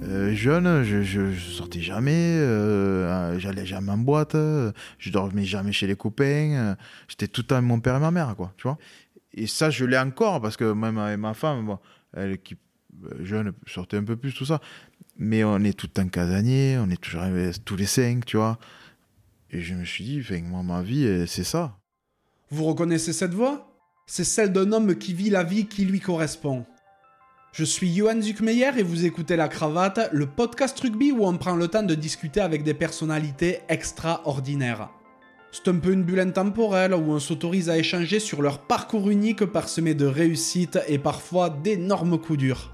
Jeune, je sortais jamais, j'allais jamais en boîte, je dormais jamais chez les copains, j'étais tout le temps avec mon père et ma mère, quoi, tu vois. Et ça, je l'ai encore, parce que même avec ma femme, bon, elle qui jeune sortait un peu plus, tout ça. Mais on est tout le temps casanier, on est toujours tous les 5, tu vois. Et je me suis dit, moi, ma vie, c'est ça. Vous reconnaissez cette voix ? C'est celle d'un homme qui vit la vie qui lui correspond. Je suis Johan Zuckmeyer et vous écoutez La Cravate, le podcast rugby où on prend le temps de discuter avec des personnalités extraordinaires. C'est un peu une bulle intemporelle où on s'autorise à échanger sur leur parcours unique parsemé de réussites et parfois d'énormes coups durs.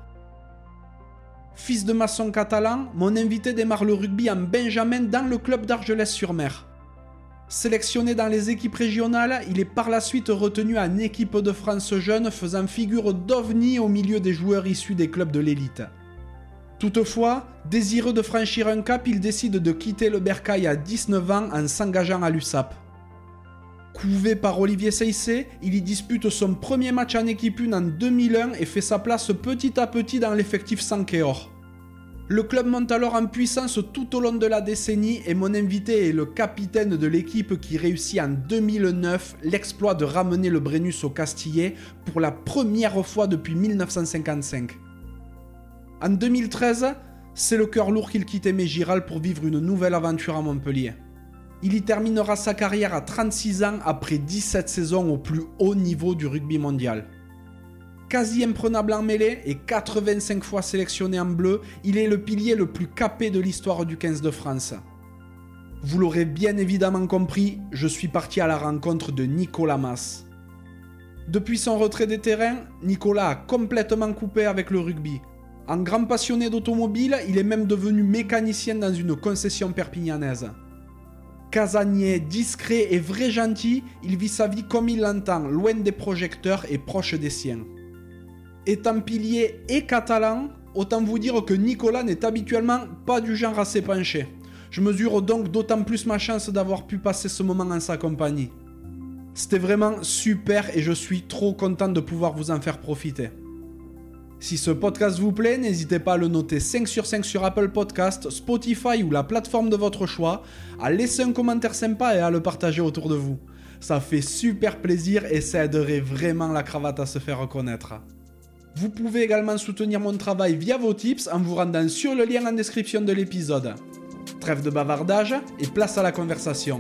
Fils de maçon catalan, mon invité démarre le rugby en Benjamin dans le club d'Argelès-sur-Mer. Sélectionné dans les équipes régionales, il est par la suite retenu en équipe de France jeune, faisant figure d'ovni au milieu des joueurs issus des clubs de l'élite. Toutefois, désireux de franchir un cap, il décide de quitter le Bercail à 19 ans en s'engageant à l'USAP. Couvé par Olivier Seissé, il y dispute son premier match en équipe 1 en 2001 et fait sa place petit à petit dans l'effectif Sankeor. Le club monte alors en puissance tout au long de la décennie et mon invité est le capitaine de l'équipe qui réussit en 2009 l'exploit de ramener le Brennus au Castillet pour la première fois depuis 1955. En 2013, c'est le cœur lourd qu'il quitte Aimé Giral pour vivre une nouvelle aventure à Montpellier. Il y terminera sa carrière à 36 ans après 17 saisons au plus haut niveau du rugby mondial. Quasi imprenable en mêlée et 85 fois sélectionné en bleu, il est le pilier le plus capé de l'histoire du 15 de France. Vous l'aurez bien évidemment compris, je suis parti à la rencontre de Nicolas Mas. Depuis son retrait des terrains, Nicolas a complètement coupé avec le rugby. En grand passionné d'automobile, il est même devenu mécanicien dans une concession perpignanaise. Casanier, discret et vrai gentil, il vit sa vie comme il l'entend, loin des projecteurs et proche des siens. Étant pilier et catalan, autant vous dire que Nicolas n'est habituellement pas du genre à s'épancher. Je mesure donc d'autant plus ma chance d'avoir pu passer ce moment en sa compagnie. C'était vraiment super et je suis trop content de pouvoir vous en faire profiter. Si ce podcast vous plaît, n'hésitez pas à le noter 5 sur 5 sur Apple Podcast, Spotify ou la plateforme de votre choix, à laisser un commentaire sympa et à le partager autour de vous. Ça fait super plaisir et ça aiderait vraiment La Cravate à se faire reconnaître. Vous pouvez également soutenir mon travail via vos tips en vous rendant sur le lien en description de l'épisode. Trêve de bavardage et place à la conversation.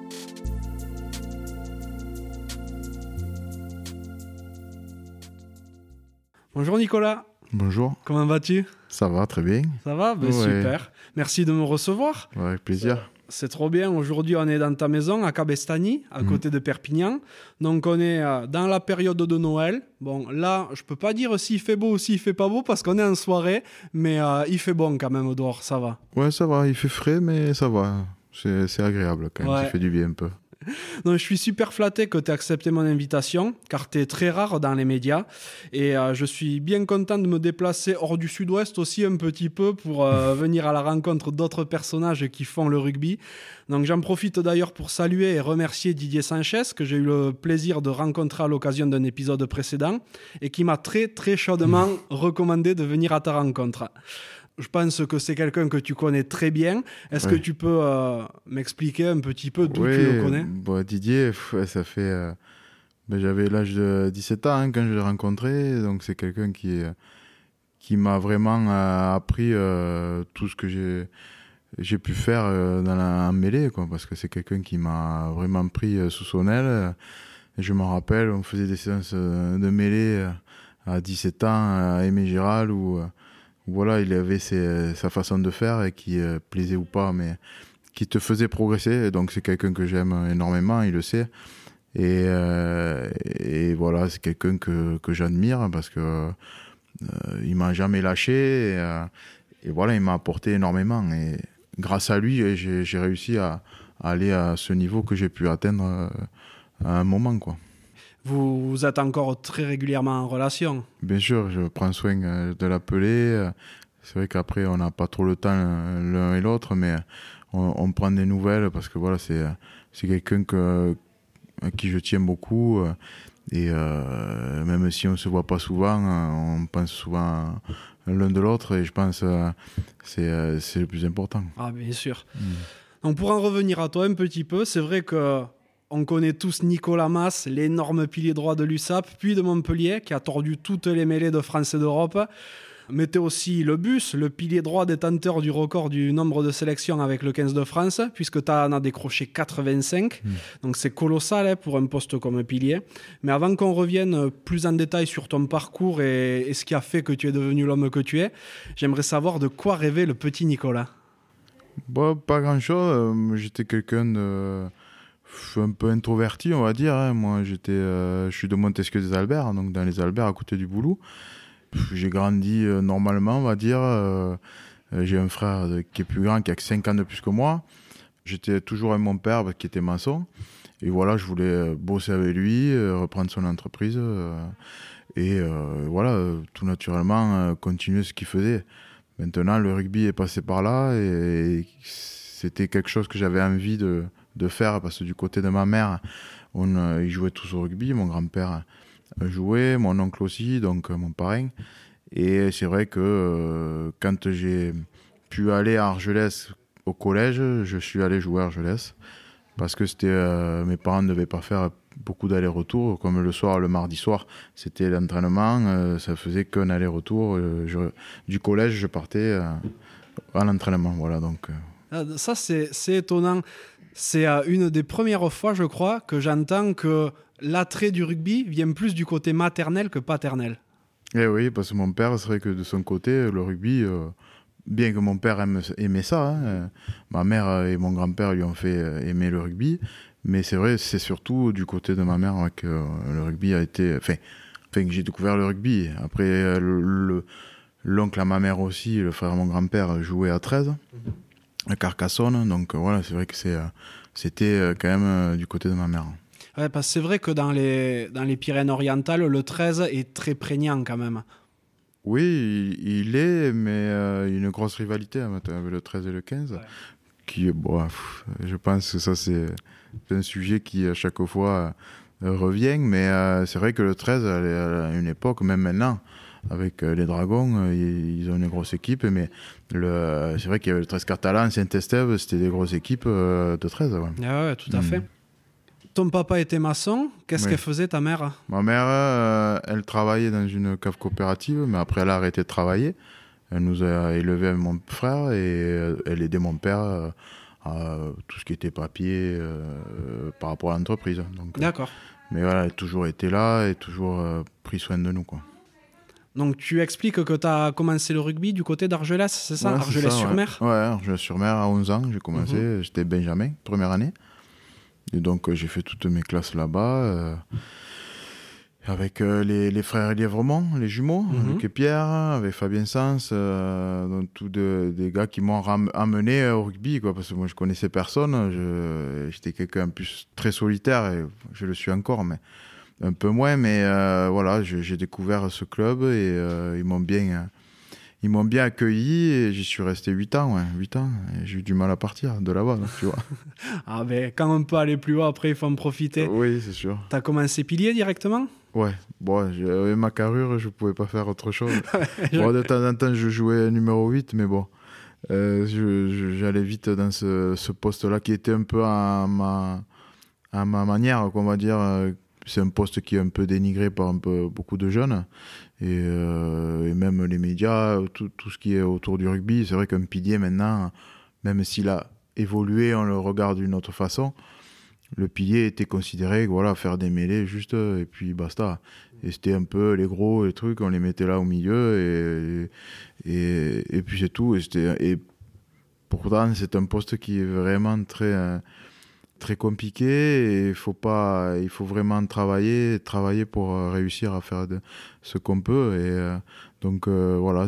Bonjour Nicolas. Bonjour. Comment vas-tu ? Ça va, très bien. Ça va ? Ben, ouais. Super. Merci de me recevoir. Ouais, avec plaisir. C'est trop bien. Aujourd'hui, on est dans ta maison à Cabestany, à côté de Perpignan. Donc, on est dans la période de Noël. Bon, là, je peux pas dire s'il fait beau ou s'il fait pas beau parce qu'on est en soirée. Mais il fait bon quand même dehors, ça va. Ouais, ça va. Il fait frais, mais ça va. C'est agréable quand même. Ouais. Ça fait du bien un peu. Donc, je suis super flatté que tu aies accepté mon invitation, car tu es très rare dans les médias. Et je suis bien content de me déplacer hors du sud-ouest aussi un petit peu pour venir à la rencontre d'autres personnages qui font le rugby. Donc, j'en profite d'ailleurs pour saluer et remercier Didier Sanchez, que j'ai eu le plaisir de rencontrer à l'occasion d'un épisode précédent et qui m'a très très chaudement recommandé de venir à ta rencontre. Je pense que c'est quelqu'un que tu connais très bien. Est-ce que tu peux m'expliquer un petit peu d'où tu le connais ? Bon, Didier, ça fait... j'avais l'âge de 17 ans quand je l'ai rencontré. Donc, c'est quelqu'un qui m'a vraiment appris tout ce que j'ai pu faire en mêlée, quoi, parce que c'est quelqu'un qui m'a vraiment pris sous son aile. Et je me rappelle, on faisait des séances de mêlée à 17 ans à Aimé Giral où... Voilà, il avait sa façon de faire et qui plaisait ou pas, mais qui te faisait progresser. Et donc, c'est quelqu'un que j'aime énormément, il le sait. Et voilà, c'est quelqu'un que j'admire parce que il m'a jamais lâché. Et voilà, il m'a apporté énormément. Et grâce à lui, j'ai réussi à aller à ce niveau que j'ai pu atteindre à un moment, quoi. Vous êtes encore très régulièrement en relation ? Bien sûr, je prends soin de l'appeler. C'est vrai qu'après, on n'a pas trop le temps l'un et l'autre, mais on prend des nouvelles parce que voilà, c'est quelqu'un à qui je tiens beaucoup. Et même si on ne se voit pas souvent, on pense souvent l'un de l'autre et je pense que c'est le plus important. Ah, bien sûr. Donc pour en revenir à toi un petit peu, c'est vrai que on connaît tous Nicolas Mas, l'énorme pilier droit de l'USAP, puis de Montpellier, qui a tordu toutes les mêlées de France et d'Europe. Mais t'es aussi le bus, le pilier droit détenteur du record du nombre de sélections avec le 15 de France, puisque t'en as décroché 85. Donc c'est colossal pour un poste comme pilier. Mais avant qu'on revienne plus en détail sur ton parcours et ce qui a fait que tu es devenu l'homme que tu es, j'aimerais savoir de quoi rêvait le petit Nicolas. Bon, pas grand-chose. J'étais quelqu'un de un peu introverti, on va dire. Moi, je suis de Montesquieu des Alberts, donc dans les Alberts à côté du Boulou. J'ai grandi normalement, on va dire. J'ai un frère qui est plus grand, qui a 5 ans de plus que moi. J'étais toujours avec mon père qui était maçon. Et voilà, je voulais bosser avec lui, reprendre son entreprise. Et voilà, tout naturellement, continuer ce qu'il faisait. Maintenant, le rugby est passé par là et c'était quelque chose que j'avais envie de faire parce que du côté de ma mère, ils jouaient tous au rugby. Mon grand-père jouait, mon oncle aussi, donc mon parrain. Et c'est vrai que quand j'ai pu aller à Argelès au collège, je suis allé jouer à Argelès parce que mes parents ne devaient pas faire beaucoup d'allers-retours, comme le soir, le mardi soir, c'était l'entraînement, ça faisait qu'un aller-retour. Du collège, je partais à l'entraînement, voilà. Donc. Ça, c'est étonnant. C'est une des premières fois, je crois, que j'entends que l'attrait du rugby vient plus du côté maternel que paternel. Eh oui, parce que mon père, c'est vrai que de son côté, le rugby, bien que mon père aimait ça, ma mère et mon grand-père lui ont fait aimer le rugby, mais c'est vrai, c'est surtout du côté de ma mère que le rugby a été... Enfin, que j'ai découvert le rugby. Après, l'oncle à ma mère aussi, le frère de mon grand-père, jouait à 13, à Carcassonne, donc voilà, c'est vrai que c'était quand même du côté de ma mère. Ouais, parce que c'est vrai que dans les Pyrénées-Orientales, le 13 est très prégnant quand même. Oui, il est, mais il y a une grosse rivalité avec le 13 et le 15. Ouais. Qui, je pense que ça, c'est un sujet qui, à chaque fois, revient. Mais c'est vrai que le 13, à une époque, même maintenant, avec les Dragons, ils ont une grosse équipe. Mais c'est vrai qu'il y avait le 13 catalan, Saint-Estève, c'était des grosses équipes de 13. Ouais, ouais, tout à fait. Ton papa était maçon. Qu'est-ce qu'elle faisait, ta mère ? Ma mère, elle travaillait dans une cave coopérative, mais après, elle a arrêté de travailler. Elle nous a élevés avec mon frère et elle aidait mon père à tout ce qui était papier par rapport à l'entreprise. Donc, d'accord. Mais voilà, elle a toujours été là et toujours pris soin de nous, quoi. Donc tu expliques que tu as commencé le rugby du côté d'Argelès, c'est ça ? Ouais, Argelès-sur-Mer ? Ouais, Argelès-sur-Mer, à 11 ans, j'ai commencé. J'étais Benjamin, première année. Et donc j'ai fait toutes mes classes là-bas avec les frères Lièvremont, les jumeaux, Luc et Pierre, avec Fabien Sens, donc tous des gars qui m'ont amené au rugby, quoi, parce que moi je connaissais personne, j'étais quelqu'un en plus très solitaire et je le suis encore, mais un peu moins, mais voilà, j'ai découvert ce club et ils m'ont bien accueilli et j'y suis resté 8 ans, et j'ai eu du mal à partir de là-bas, donc, tu vois. Ah ben, quand on peut aller plus haut, après il faut en profiter. Oui, c'est sûr. T'as commencé pilier directement ? Ouais, bon, avec ma carrure, je pouvais pas faire autre chose. Bon, de temps en temps, je jouais numéro 8, mais bon, j'allais vite dans ce poste-là qui était un peu à ma manière, on va dire. C'est un poste qui est un peu dénigré par beaucoup de jeunes et même les médias, tout ce qui est autour du rugby. C'est vrai qu'un pilier maintenant, même s'il a évolué, on le regarde d'une autre façon. Le pilier était considéré, voilà, faire des mêlées juste et puis basta. Et c'était un peu les gros, les trucs, on les mettait là au milieu et puis c'est tout. Et pourtant, c'est un poste qui est vraiment très très compliqué et il faut vraiment travailler pour réussir à faire ce qu'on peut et donc voilà,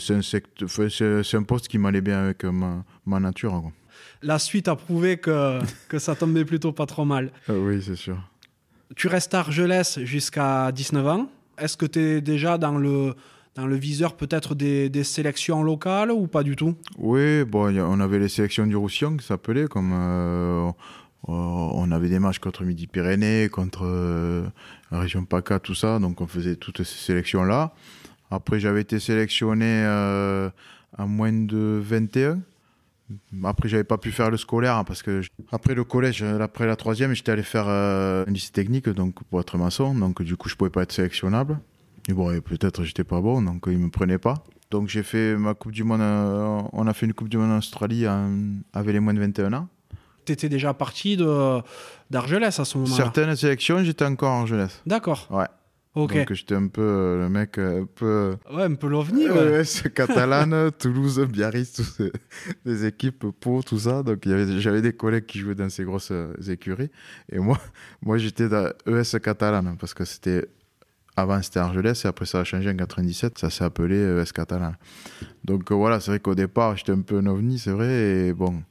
c'est un poste qui m'allait bien avec ma nature, quoi. La suite a prouvé que ça tombait plutôt pas trop mal. Oui, c'est sûr. Tu restes à Argelès jusqu'à 19 ans. Est-ce que tu es déjà dans le viseur peut-être des sélections locales ou pas du tout ? Oui, bon, on avait les sélections du Roussillon qui s'appelaient, comme On avait des matchs contre Midi-Pyrénées, contre la région PACA, tout ça. Donc on faisait toutes ces sélections-là. Après, j'avais été sélectionné à moins de 21. Après, j'avais pas pu faire le scolaire hein, parce que après le collège, après la troisième, j'étais allé faire un lycée technique donc pour être maçon. Donc du coup, je pouvais pas être sélectionnable. Et bon, et peut-être j'étais pas bon, donc ils me prenaient pas. Donc j'ai fait ma Coupe du Monde. On a fait une Coupe du Monde en Australie avec les moins de 21 ans. T'étais déjà parti d'Argelès à ce moment-là. Certaines sélections, j'étais encore en jeunesse. D'accord. Ouais. Ok. Donc j'étais un peu le mec un peu. Ouais, un peu l'OVNI. Ouais. ES Catalane, Toulouse, Biarritz, toutes les équipes Pau, tout ça. Donc j'avais des collègues qui jouaient dans ces grosses écuries. Et moi j'étais dans ES Catalane parce que c'était. Avant c'était Argelès et après ça a changé en 97, ça s'est appelé ES Catalane. Donc voilà, c'est vrai qu'au départ j'étais un peu un ovni, c'est vrai. Et bon,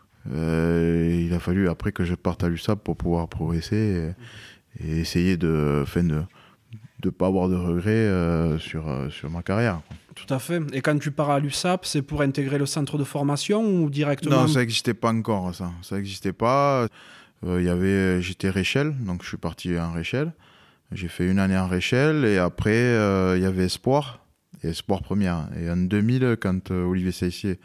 il a fallu après que je parte à l'USAP pour pouvoir progresser et essayer de pas avoir de regrets sur ma carrière. Tout à fait. Et quand tu pars à l'USAP, c'est pour intégrer le centre de formation ou directement? Non, ça n'existait pas encore, ça. Ça n'existait pas. J'étais Réchelle, donc je suis parti en Réchelle. J'ai fait une année en Réchelle et après, il y avait Espoir et Espoir Première. Et en 2000, quand Olivier Saissier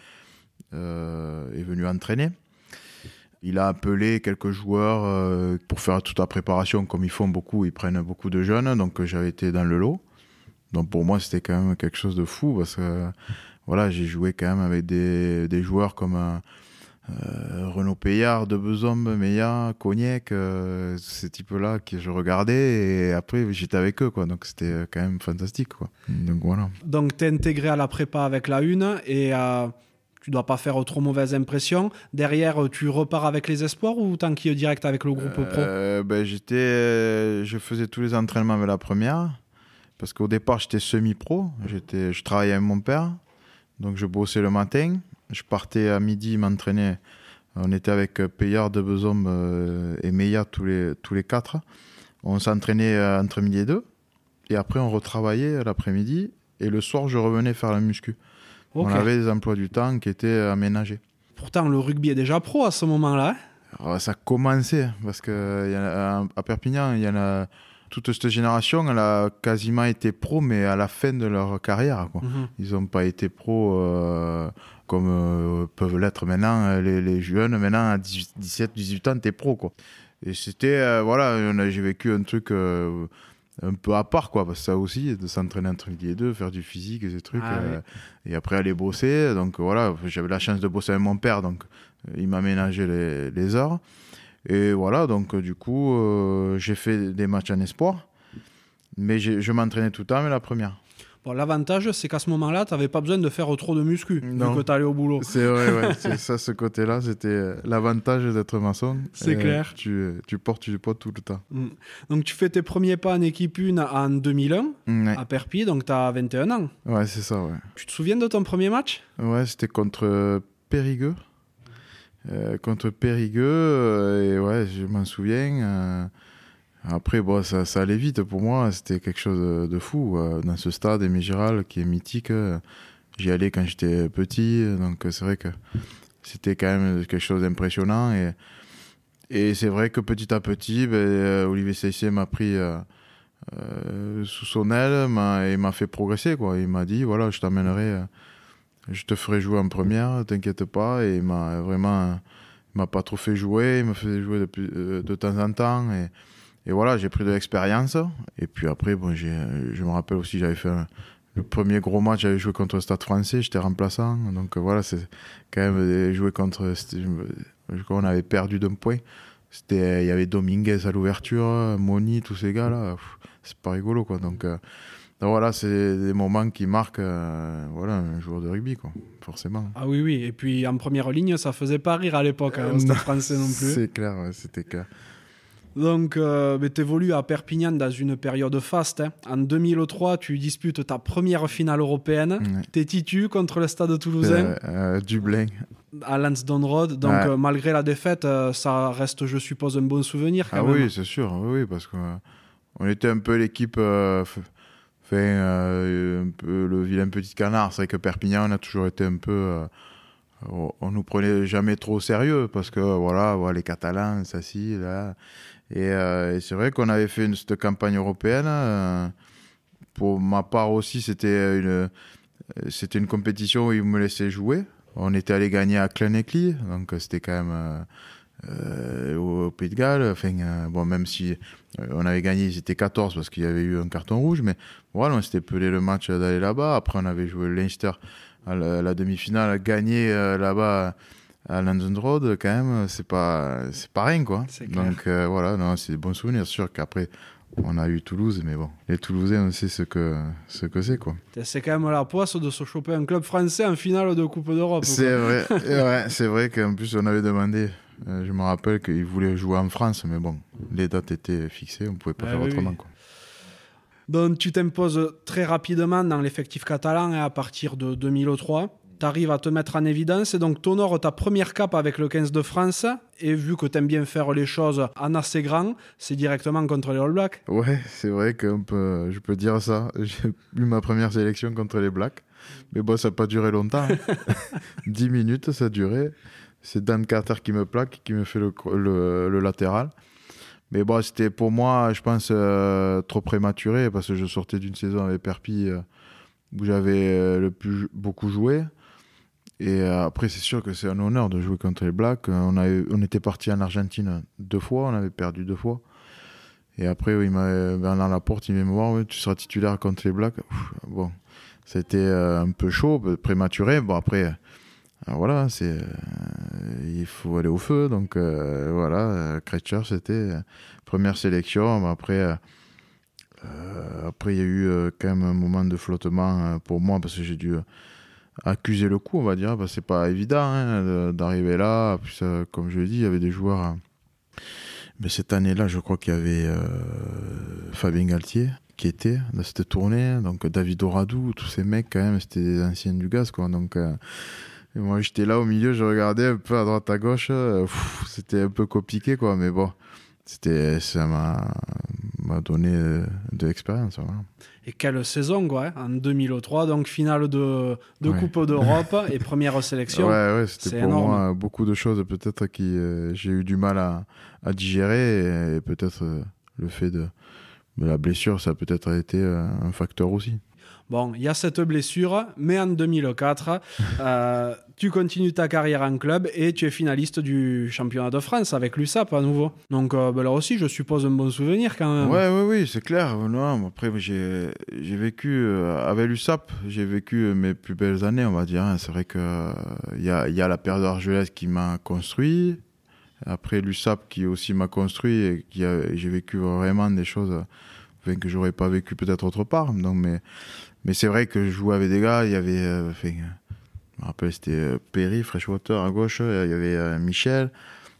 est venu entraîner, il a appelé quelques joueurs pour faire toute la préparation, comme ils font beaucoup, ils prennent beaucoup de jeunes, donc j'avais été dans le lot. Donc pour moi, c'était quand même quelque chose de fou, parce que voilà, j'ai joué quand même avec des joueurs comme Renaud Payard, De Bezombe, Meillat, Cognac, ces types-là que je regardais, et après j'étais avec eux, quoi. Donc c'était quand même fantastique, quoi. Donc voilà. Donc t'es intégré à la prépa avec la une, et tu dois pas faire trop mauvaise impression. Derrière, tu repars avec les espoirs ou t'enquilles direct avec le groupe pro? Je faisais tous les entraînements avec la première, parce qu'au départ j'étais semi-pro, je travaillais avec mon père, donc je bossais le matin, je partais à midi m'entraîner, on était avec Payard, De Bezombe et Meillat tous les quatre, on s'entraînait entre midi et deux, et après on retravaillait l'après-midi, et le soir je revenais faire la muscu. Okay. On avait des emplois du temps qui étaient aménagés. Pourtant, le rugby est déjà pro à ce moment-là. Alors, ça commençait, parce qu'à Perpignan, il y en a toute cette génération, elle a quasiment été pro, mais à la fin de leur carrière, quoi. Mm-hmm. Ils n'ont pas été pro comme peuvent l'être maintenant. Les jeunes, maintenant, à 17-18 ans, t'es pro, quoi. Et c'était, j'ai vécu un truc... un peu à part, quoi, parce que ça aussi, de s'entraîner entre midi et deux, faire du physique et ces trucs, et après aller bosser. Donc voilà, j'avais la chance de bosser avec mon père, donc il m'a ménagé les heures. Et voilà, donc du coup, j'ai fait des matchs en espoir, mais je m'entraînais tout le temps, mais la première. Bon, l'avantage, c'est qu'à ce moment-là, tu n'avais pas besoin de faire trop de muscu, vu que tu allais au boulot. C'est vrai, ouais. C'est ça, ce côté-là, c'était l'avantage d'être maçon. C'est clair. Tu portes du poids tout le temps. Donc, tu fais tes premiers pas en équipe 1 en 2001, à Perpignan, donc tu as 21 ans. Ouais, c'est ça, ouais. Tu te souviens de ton premier match? Ouais, c'était contre Périgueux. Contre Périgueux, et ouais, je m'en souviens. Après, bon, ça allait vite pour moi, c'était quelque chose de fou. Dans ce stade Aimé Giral qui est mythique, j'y allais quand j'étais petit, donc c'est vrai que c'était quand même quelque chose d'impressionnant. Et c'est vrai que petit à petit, Olivier Saissier m'a pris sous son aile et m'a fait progresser, quoi. Il m'a dit, voilà, je t'emmènerai, je te ferai jouer en première, t'inquiète pas. Et il m'a pas trop fait jouer, il me faisait jouer de temps en temps. Et voilà, j'ai pris de l'expérience. Et puis après, bon, je me rappelle aussi, j'avais fait le premier gros match, j'avais joué contre le Stade Français, j'étais remplaçant. Donc voilà, c'est quand même jouer contre... Je crois qu'on avait perdu d'un point. Il y avait Dominguez à l'ouverture, Moni, tous ces gars-là. C'est pas rigolo, quoi. Donc voilà, c'est des moments qui marquent un joueur de rugby, quoi, forcément. Ah oui, oui. Et puis en première ligne, ça faisait pas rire à l'époque, au Stade Français non plus. C'est clair, ouais, c'était clair. Donc, tu évolues à Perpignan dans une période faste. Hein. En 2003, tu disputes ta première finale européenne. Ouais. T'es titu contre le Stade Toulousain. Dublin. À Lansdowne Road. Donc, malgré la défaite, ça reste, je suppose, un bon souvenir. Quand même. Oui, c'est sûr. Oui, parce qu'on était un peu l'équipe... un peu le vilain petit canard. C'est vrai que Perpignan, on a toujours été un peu on nous prenait jamais trop au sérieux parce que voilà, les Catalans, ça si, là. Et c'est vrai qu'on avait fait cette campagne européenne. Pour ma part aussi, c'était une compétition où ils me laissaient jouer. On était allé gagner à Clonekly, donc c'était quand même au Pays de Galles. Enfin, bon, même si on avait gagné, ils étaient 14 parce qu'il y avait eu un carton rouge, mais voilà, on s'était pelé le match d'aller là-bas. Après, on avait joué Leinster à la demi-finale, gagné là-bas à London Road, quand même, c'est pas rien, quoi. Donc voilà, non, c'est des bons souvenirs. C'est sûr qu'après, on a eu Toulouse, mais bon, les Toulousains, on sait ce que c'est, quoi. C'est quand même la poisse de se choper un club français en finale de Coupe d'Europe. C'est vrai, ouais, c'est vrai qu'en plus, on avait demandé, je me rappelle qu'ils voulaient jouer en France, mais bon, les dates étaient fixées, on pouvait pas faire autrement, quoi. Donc tu t'imposes très rapidement dans l'effectif catalan à partir de 2003. Tu arrives à te mettre en évidence et donc tu honores ta première cape avec le 15 de France. Et vu que tu aimes bien faire les choses en assez grand, c'est directement contre les All Blacks. Ouais, c'est vrai que je peux dire ça. J'ai eu ma première sélection contre les Blacks. Mais bon, ça n'a pas duré longtemps. 10 minutes, ça a duré. C'est Dan Carter qui me plaque, qui me fait le latéral. Mais bon, c'était pour moi, je pense, trop prématuré parce que je sortais d'une saison avec Perpy où j'avais beaucoup joué. Et après, c'est sûr que c'est un honneur de jouer contre les Blacks. On était parti en Argentine 2 fois, on avait perdu 2 fois. Et après, Bernard Laporte, il vient me voir, tu seras titulaire contre les Blacks. Bon, c'était un peu chaud, prématuré. Bon, après, voilà, il faut aller au feu. Donc voilà, Kretschmer, c'était première sélection. Mais après, il y a eu quand même un moment de flottement pour moi parce que j'ai dû accuser le coup, on va dire. C'est pas évident d'arriver là. Puis, comme je l'ai dit, il y avait des joueurs. Mais cette année-là, je crois qu'il y avait Fabien Galtier qui était dans cette tournée. Donc David Oradou, tous ces mecs, quand même, c'était des anciens du gaz, quoi. Donc et moi, j'étais là au milieu, je regardais un peu à droite à gauche. C'était un peu compliqué, quoi. Mais bon, ça m'a donné de l'expérience. Voilà. Et quelle saison, quoi, en 2003, donc finale de Coupe d'Europe et première sélection. Ouais, c'était pour énorme. Moi beaucoup de choses peut-être que j'ai eu du mal à digérer et peut-être le fait de la blessure, ça a peut-être été un facteur aussi. Bon, il y a cette blessure, mais en 2004, tu continues ta carrière en club et tu es finaliste du championnat de France avec l'USAP à nouveau. Donc là aussi, je suppose un bon souvenir quand même. Oui, c'est clair. Non, après, j'ai vécu avec l'USAP, j'ai vécu mes plus belles années, on va dire. C'est vrai qu'il y a la période d'Argelès qui m'a construit. Après, l'USAP qui aussi m'a construit et j'ai vécu vraiment des choses que j'aurais pas vécu peut-être autre part. Donc, mais c'est vrai que je jouais avec des gars, il y avait, je me rappelle, c'était Perry, Freshwater à gauche, il y avait Michel,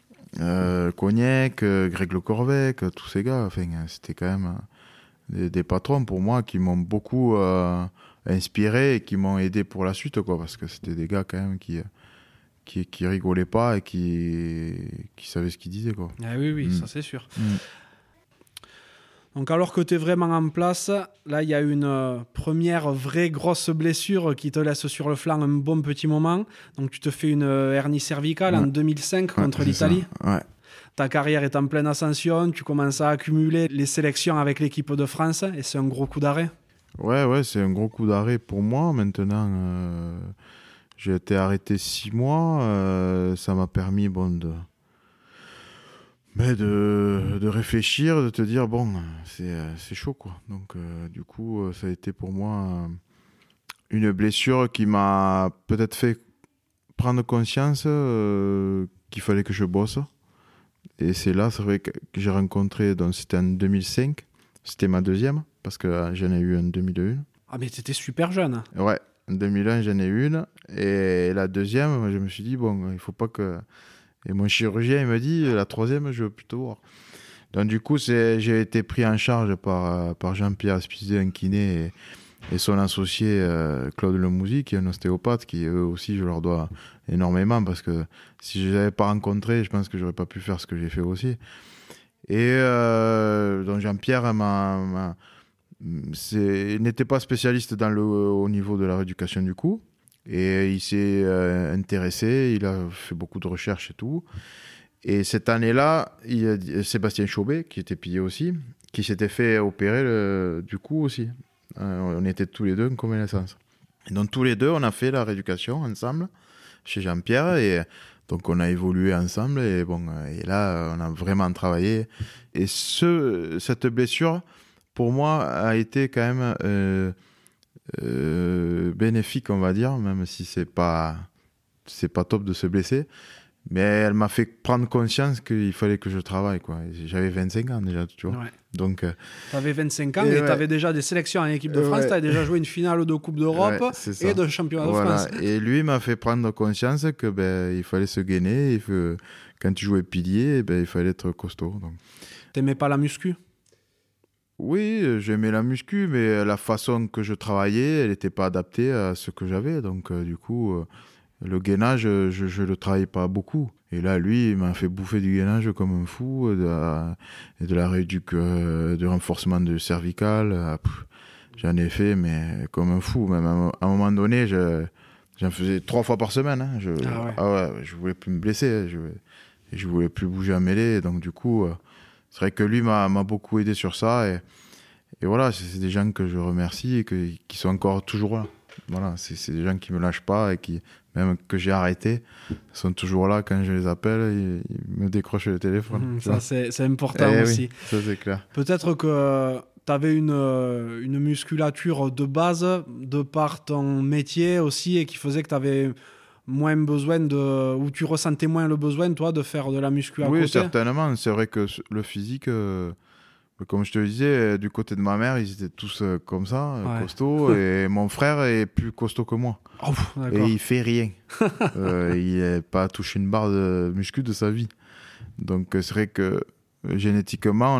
Cognac, Greg Le Corvec, tous ces gars. C'était quand même des patrons pour moi qui m'ont beaucoup inspiré et qui m'ont aidé pour la suite, quoi, parce que c'était des gars quand même qui rigolaient pas et qui savaient ce qu'ils disaient, quoi. Ah oui, ça c'est sûr. Donc alors que tu es vraiment en place, là il y a une première vraie grosse blessure qui te laisse sur le flanc un bon petit moment. Donc tu te fais une hernie cervicale en 2005 contre l'Italie. Ouais. Ta carrière est en pleine ascension, tu commences à accumuler les sélections avec l'équipe de France et c'est un gros coup d'arrêt. Ouais, c'est un gros coup d'arrêt pour moi. Maintenant, j'ai été arrêté 6 mois. Ça m'a permis de réfléchir, de te dire bon, c'est chaud, quoi. Donc du coup, ça a été pour moi une blessure qui m'a peut-être fait prendre conscience qu'il fallait que je bosse. Et c'est là, c'est vrai que j'ai rencontré, donc c'était en 2005, c'était ma deuxième, parce que j'en ai eu en 2001. Ah mais t'étais super jeune. Ouais, en 2001 j'en ai eu une, et la deuxième, je me suis dit bon, il faut pas que... Et mon chirurgien, il m'a dit, la troisième, je veux plutôt voir. Donc du coup, j'ai été pris en charge par Jean-Pierre Spizet, un kiné, et son associé Claude Lemouzy, qui est un ostéopathe, qui eux aussi, je leur dois énormément, parce que si je ne les avais pas rencontrés, je pense que je n'aurais pas pu faire ce que j'ai fait aussi. Et donc Jean-Pierre n'était pas spécialiste au niveau de la rééducation du cou. Et il s'est intéressé, il a fait beaucoup de recherches et tout. Et cette année-là, il y a Sébastien Chaubet, qui était pillé aussi, qui s'était fait opérer du cou aussi. On était tous les deux en convalescence. Et donc tous les deux, on a fait la rééducation ensemble chez Jean-Pierre. Et donc on a évolué ensemble. Et, bon, et là, on a vraiment travaillé. Et cette blessure, pour moi, a été quand même bénéfique, on va dire, même si c'est pas top de se blesser. Mais elle m'a fait prendre conscience qu'il fallait que je travaille, quoi. J'avais 25 ans déjà, tu vois. Ouais. Donc, tu avais 25 ans et tu avais déjà des sélections en équipe de France. Tu avais déjà joué une finale de Coupe d'Europe et de championnat de France. Et lui m'a fait prendre conscience que il fallait se gainer. Quand tu jouais pilier, il fallait être costaud. Donc. T'aimais pas la muscu? Oui, j'aimais la muscu, mais la façon que je travaillais, elle n'était pas adaptée à ce que j'avais. Donc, du coup... le gainage, je le travaille pas beaucoup. Et là, lui, il m'a fait bouffer du gainage comme un fou, de la de renforcement de cervical. J'en ai fait, mais comme un fou. Même à un moment donné, j'en faisais 3 fois par semaine. Hein. Je voulais plus me blesser. Je voulais plus bouger à mêlée. Donc, du coup, c'est vrai que lui m'a beaucoup aidé sur ça. Et voilà, c'est des gens que je remercie et qui sont encore toujours là. Voilà, c'est des gens qui me lâchent pas et qui, même que j'ai arrêté, sont toujours là quand je les appelle, ils me décrochent le téléphone. Ça, c'est important aussi. Oui, ça, c'est clair. Peut-être que tu avais une musculature de base de par ton métier aussi et qui faisait que tu avais moins besoin ou tu ressentais moins le besoin, toi, de faire de la muscu à côté. Oui, certainement. C'est vrai que le physique... comme je te le disais, du côté de ma mère, ils étaient tous comme ça, costauds. Et mon frère est plus costaud que moi. Oh, et il fait rien. Il n'a pas touché une barre de muscu de sa vie. Donc c'est vrai que génétiquement,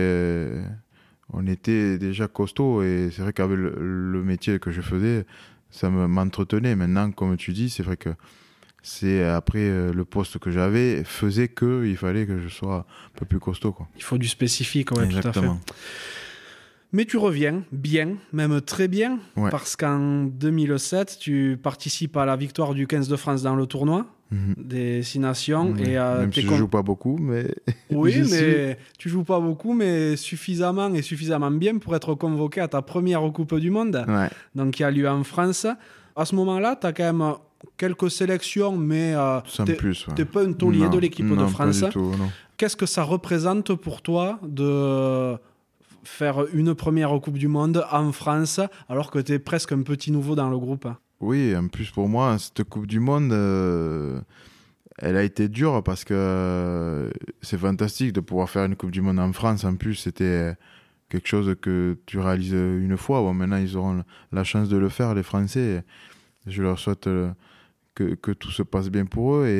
on était déjà costaud. Et c'est vrai qu'avec le métier que je faisais, ça m'entretenait. Maintenant, comme tu dis, c'est vrai que c'est après le poste que j'avais faisait qu'il fallait que je sois un peu plus costaud, quoi. Il faut du spécifique, ouais, exactement. Tout à fait. Mais tu reviens bien, même très bien, parce qu'en 2007, tu participes à la victoire du 15 de France dans le tournoi des 6 Nations. Et, même si je ne joue pas beaucoup, mais... Oui, mais tu joues pas beaucoup, mais suffisamment bien pour être convoqué à ta première Coupe du Monde, donc qui a lieu en France. À ce moment-là, tu as quand même... quelques sélections, mais t'es pas un taulier de l'équipe de France. Pas du tout, non. Qu'est-ce que ça représente pour toi de faire une première Coupe du Monde en France alors que t'es presque un petit nouveau dans le groupe? Oui, en plus pour moi, cette Coupe du Monde, elle a été dure parce que c'est fantastique de pouvoir faire une Coupe du Monde en France. En plus, c'était quelque chose que tu réalises une fois. Bon, maintenant, ils auront la chance de le faire, les Français. Je leur souhaite... que tout se passe bien pour eux.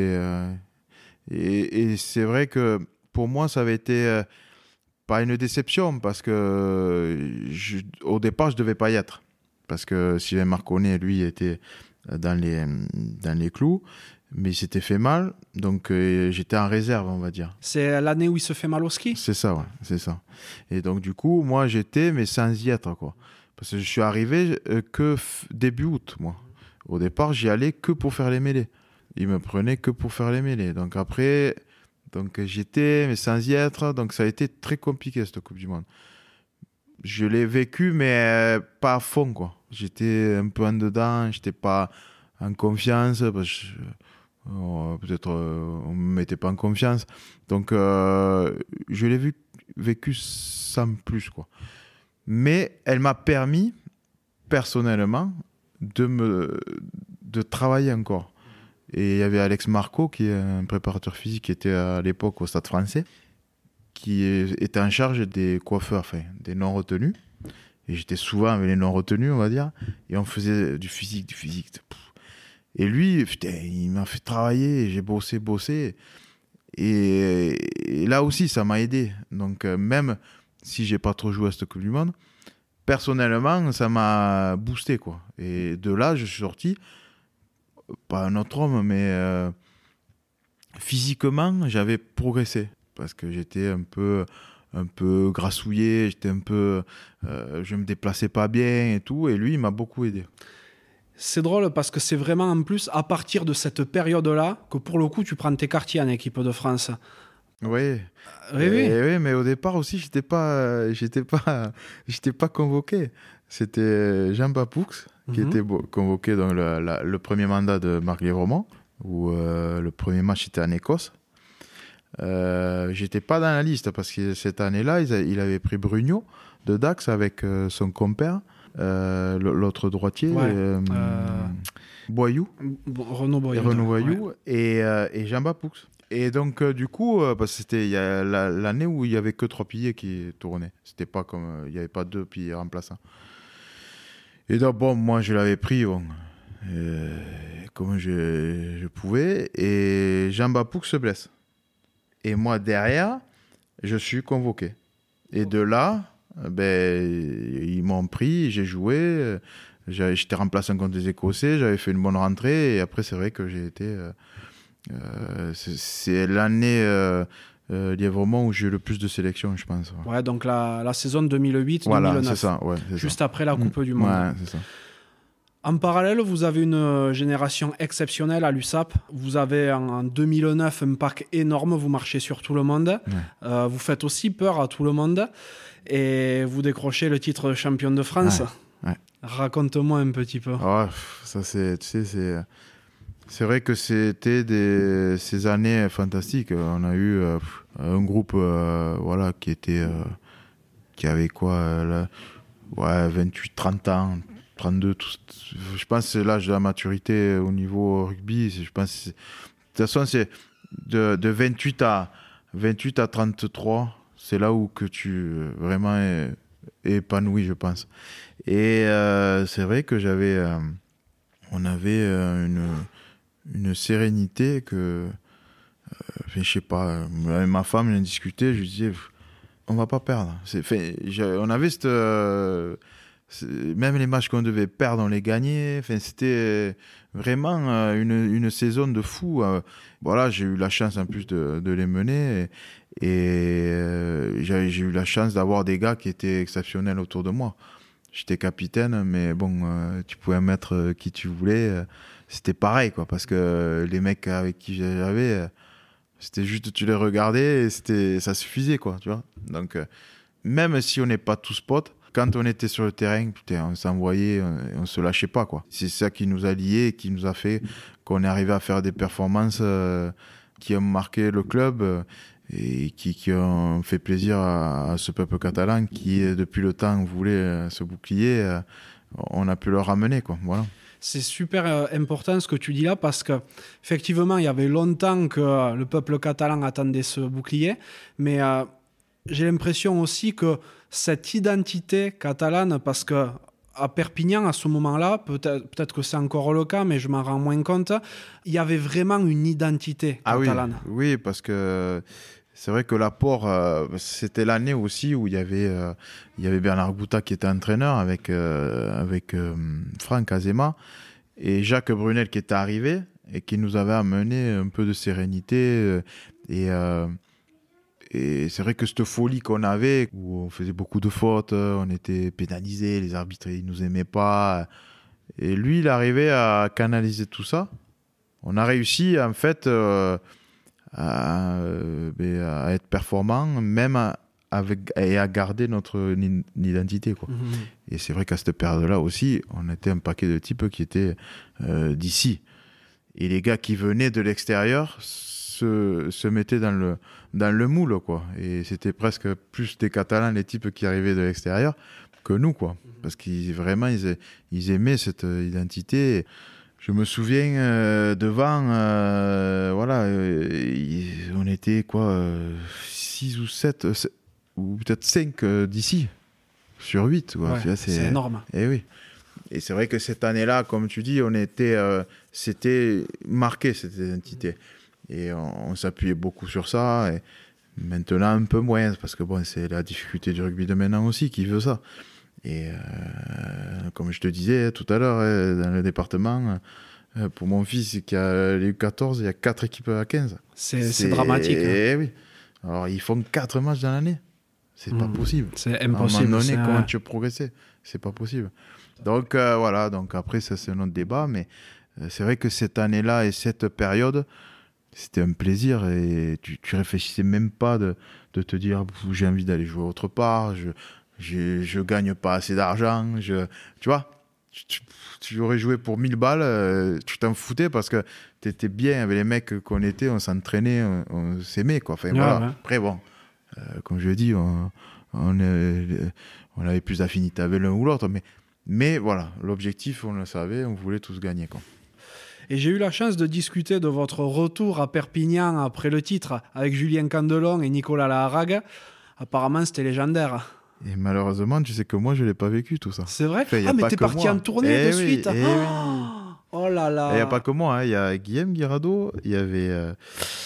Et c'est vrai que pour moi, ça avait été pas une déception parce que au départ, je devais pas y être. Parce que Sylvain Marconnet, lui, était dans les clous, mais il s'était fait mal. Donc, j'étais en réserve, on va dire. C'est l'année où il se fait mal au ski? C'est ça, ouais, c'est ça. Et donc, du coup, moi, j'étais, mais sans y être, quoi. Parce que je suis arrivé que début août, moi. Au départ, j'y allais que pour faire les mêlées. Ils me prenaient que pour faire les mêlées. Donc après, j'étais, mais sans y être. Donc ça a été très compliqué, cette Coupe du Monde. Je l'ai vécu, mais pas à fond, quoi. J'étais un peu en dedans, j'étais pas en confiance. Parce que, peut-être on ne me mettait pas en confiance. Donc je l'ai vécu sans plus, quoi. Mais elle m'a permis, personnellement, de travailler encore. Et il y avait Alex Marco, qui est un préparateur physique qui était à l'époque au Stade Français, qui était en charge des coiffeurs, enfin des non-retenus. Et j'étais souvent avec les non-retenus, on va dire. Et on faisait du physique. Et lui, putain, il m'a fait travailler, j'ai bossé. Et là aussi, ça m'a aidé. Donc même si j'ai pas trop joué à cette Coupe du Monde, personnellement, ça m'a boosté, quoi. Et de là, je suis sorti, pas un autre homme, mais physiquement, j'avais progressé. Parce que j'étais un peu grassouillé, j'étais un peu... je me déplaçais pas bien et tout. Et lui, il m'a beaucoup aidé. C'est drôle parce que c'est vraiment en plus à partir de cette période-là que pour le coup tu prends tes quartiers en équipe de France. Oui. Oui, oui. Oui, mais au départ aussi, j'étais pas convoqué. C'était Jean Bapoux qui était convoqué dans le premier mandat de Marc Lévremont, où le premier match était en Écosse. J'étais pas dans la liste parce que cette année-là, il avait pris Brugnot de Dax avec son compère, l'autre droitier, Boyou. Renaud Boyou et Jean Bapoux. Et donc, du coup, parce que c'était l'année où il n'y avait que 3 piliers qui tournaient. C'était pas comme. Il n'y avait pas 2 piliers remplaçants. Et donc, bon, moi, je l'avais pris, comme je pouvais. Et Jean Bapoux se blesse. Et moi, derrière, je suis convoqué. Et de là, ils m'ont pris, j'ai joué. J'étais remplaçant contre les Écossais, j'avais fait une bonne rentrée. Et après, c'est vrai que j'ai été. C'est l'année Lièvremont où j'ai eu le plus de sélections, je pense. Ouais, donc la saison 2008-2009. Voilà, c'est ça. Ouais, juste après la Coupe du Monde. Ouais, c'est ça. En parallèle, vous avez une génération exceptionnelle à l'USAP. Vous avez en 2009 un pack énorme, vous marchez sur tout le monde. Ouais. Vous faites aussi peur à tout le monde. Et vous décrochez le titre de champion de France. Ouais. Ouais. Raconte-moi un petit peu. Oh, ça, c'est vrai que c'était ces années fantastiques. On a eu un groupe qui avait quoi 28-30 ans, 32. Je pense que c'est l'âge de la maturité au niveau rugby. Je pense, de toute façon, c'est de 28 à 33. C'est là où que tu vraiment es épanoui, je pense. Et c'est vrai que on avait une sérénité que je sais pas, avec ma femme j'en discutais, je lui disais on va pas perdre, on avait même les matchs qu'on devait perdre on les gagnait, c'était vraiment une saison de fou. Voilà, j'ai eu la chance en plus de les mener et j'ai eu la chance d'avoir des gars qui étaient exceptionnels autour de moi. J'étais capitaine, mais bon, tu pouvais mettre qui tu voulais. C'était pareil, quoi, parce que les mecs avec qui j'avais, c'était juste, tu les regardais et ça suffisait, quoi, tu vois. Donc, même si on n'est pas tous potes, quand on était sur le terrain, putain, on s'envoyait, on se lâchait pas, quoi. C'est ça qui nous a liés, qui nous a fait qu'on est arrivé à faire des performances qui ont marqué le club. Et qui ont fait plaisir à ce peuple catalan qui, depuis le temps, voulait ce bouclier. On a pu le ramener, quoi. Voilà. C'est super important ce que tu dis là parce qu'effectivement, il y avait longtemps que le peuple catalan attendait ce bouclier, mais j'ai l'impression aussi que cette identité catalane, parce que à Perpignan, à ce moment-là, peut-être que c'est encore le cas, mais je m'en rends moins compte, il y avait vraiment une identité catalane. Oui, parce que c'est vrai que l'apport, c'était l'année aussi où il y avait Bernard Gouta qui était entraîneur avec Franck Azema et Jacques Brunel qui était arrivé et qui nous avait amené un peu de sérénité. Et c'est vrai que cette folie qu'on avait, où on faisait beaucoup de fautes, on était pénalisés, les arbitres ils nous aimaient pas. Et lui, il arrivait à canaliser tout ça. On a réussi, en fait, à être performant, même et à garder notre identité, quoi. Et c'est vrai qu'à cette période-là aussi, on était un paquet de types qui étaient d'ici. Et les gars qui venaient de l'extérieur se mettaient dans le moule, quoi. Et c'était presque plus des Catalans, les types qui arrivaient de l'extérieur, que nous, quoi. Parce qu'ils aimaient cette identité. Je me souviens devant, on était 6 ou 7, ou peut-être 5 d'ici, sur 8. Quoi. Ouais, c'est énorme. Et oui. Et c'est vrai que cette année-là, comme tu dis, c'était marqué, cette identité. Et on s'appuyait beaucoup sur ça. Et maintenant, un peu moins, parce que bon, c'est la difficulté du rugby de maintenant aussi qui veut ça. Et comme je te disais tout à l'heure, dans le département, pour mon fils qui a les U14, il y a 4 équipes à 15. C'est dramatique. Et oui. Alors, ils font 4 matchs dans l'année. C'est pas possible. C'est impossible. À un moment donné, comment tu veux progresser ? C'est pas possible. Donc voilà, donc après ça c'est un autre débat, mais c'est vrai que cette année-là et cette période, c'était un plaisir et tu réfléchissais même pas de te dire j'ai envie d'aller jouer autre part, je gagne pas assez d'argent, tu vois, tu aurais joué pour 1000 balles, tu t'en foutais parce que t'étais bien avec les mecs qu'on était, on s'entraînait, on s'aimait quoi. Enfin voilà. Ouais. Après bon, comme je l'ai dit, on avait plus d'affinité avec l'un ou l'autre, mais voilà, l'objectif on le savait, on voulait tous gagner quoi. Et j'ai eu la chance de discuter de votre retour à Perpignan après le titre avec Julien Candelon et Nicolas Laharague. Apparemment, c'était légendaire. Et malheureusement, tu sais que moi, je l'ai pas vécu tout ça. C'est vrai? Enfin, Ah, mais t'es parti en tournée de suite. Oh là là. Il n'y a pas que moi, hein. Il y a Guillaume Guirado, il y avait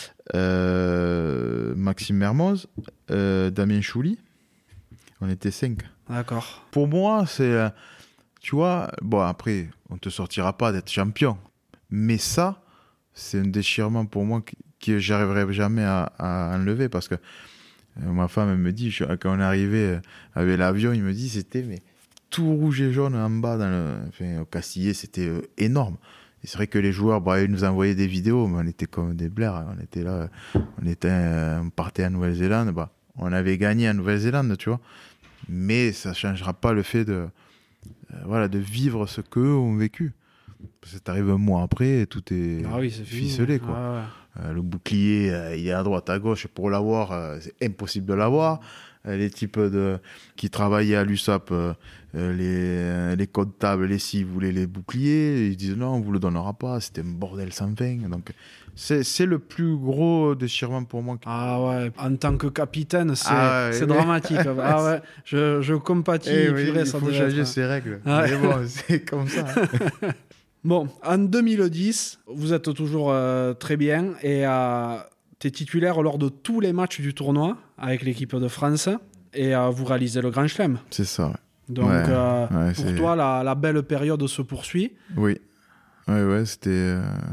Maxime Mermoz, Damien Chouli. On était 5. D'accord. Pour moi, c'est... tu vois, bon, après, on ne te sortira pas d'être champion. Mais ça, c'est un déchirement pour moi que j'arriverai jamais à enlever parce que ma femme, elle me dit, quand on est arrivé avec l'avion, il me dit, c'était tout rouge et jaune en bas au Castillet, c'était énorme. Et c'est vrai que les joueurs, ils nous envoyaient des vidéos, mais on était comme des blairs. On était là, on partait en Nouvelle-Zélande, on avait gagné en Nouvelle-Zélande, tu vois. Mais ça ne changera pas le fait de vivre ce qu'eux ont vécu. Parce que t'arrives un mois après et tout est ficelé, quoi. Ah ouais. Le bouclier, il est à droite, à gauche. Pour l'avoir, c'est impossible de l'avoir. Les types qui travaillaient à l'USAP, les comptables, les CIV voulaient les boucliers. Ils disent non, on vous le donnera pas. C'était un bordel sans fin. Donc, c'est le plus gros déchirement pour moi. Ah ouais, en tant que capitaine, c'est dramatique. Ah ouais, je compatis. Il faut changer ses règles. Ah ouais. Mais bon, c'est comme ça. Bon, en 2010, vous êtes toujours très bien et tu es titulaire lors de tous les matchs du tournoi avec l'équipe de France et vous réalisez le Grand Chelem. C'est ça, ouais. Donc, pour toi, la belle période se poursuit. Oui, ouais, c'était...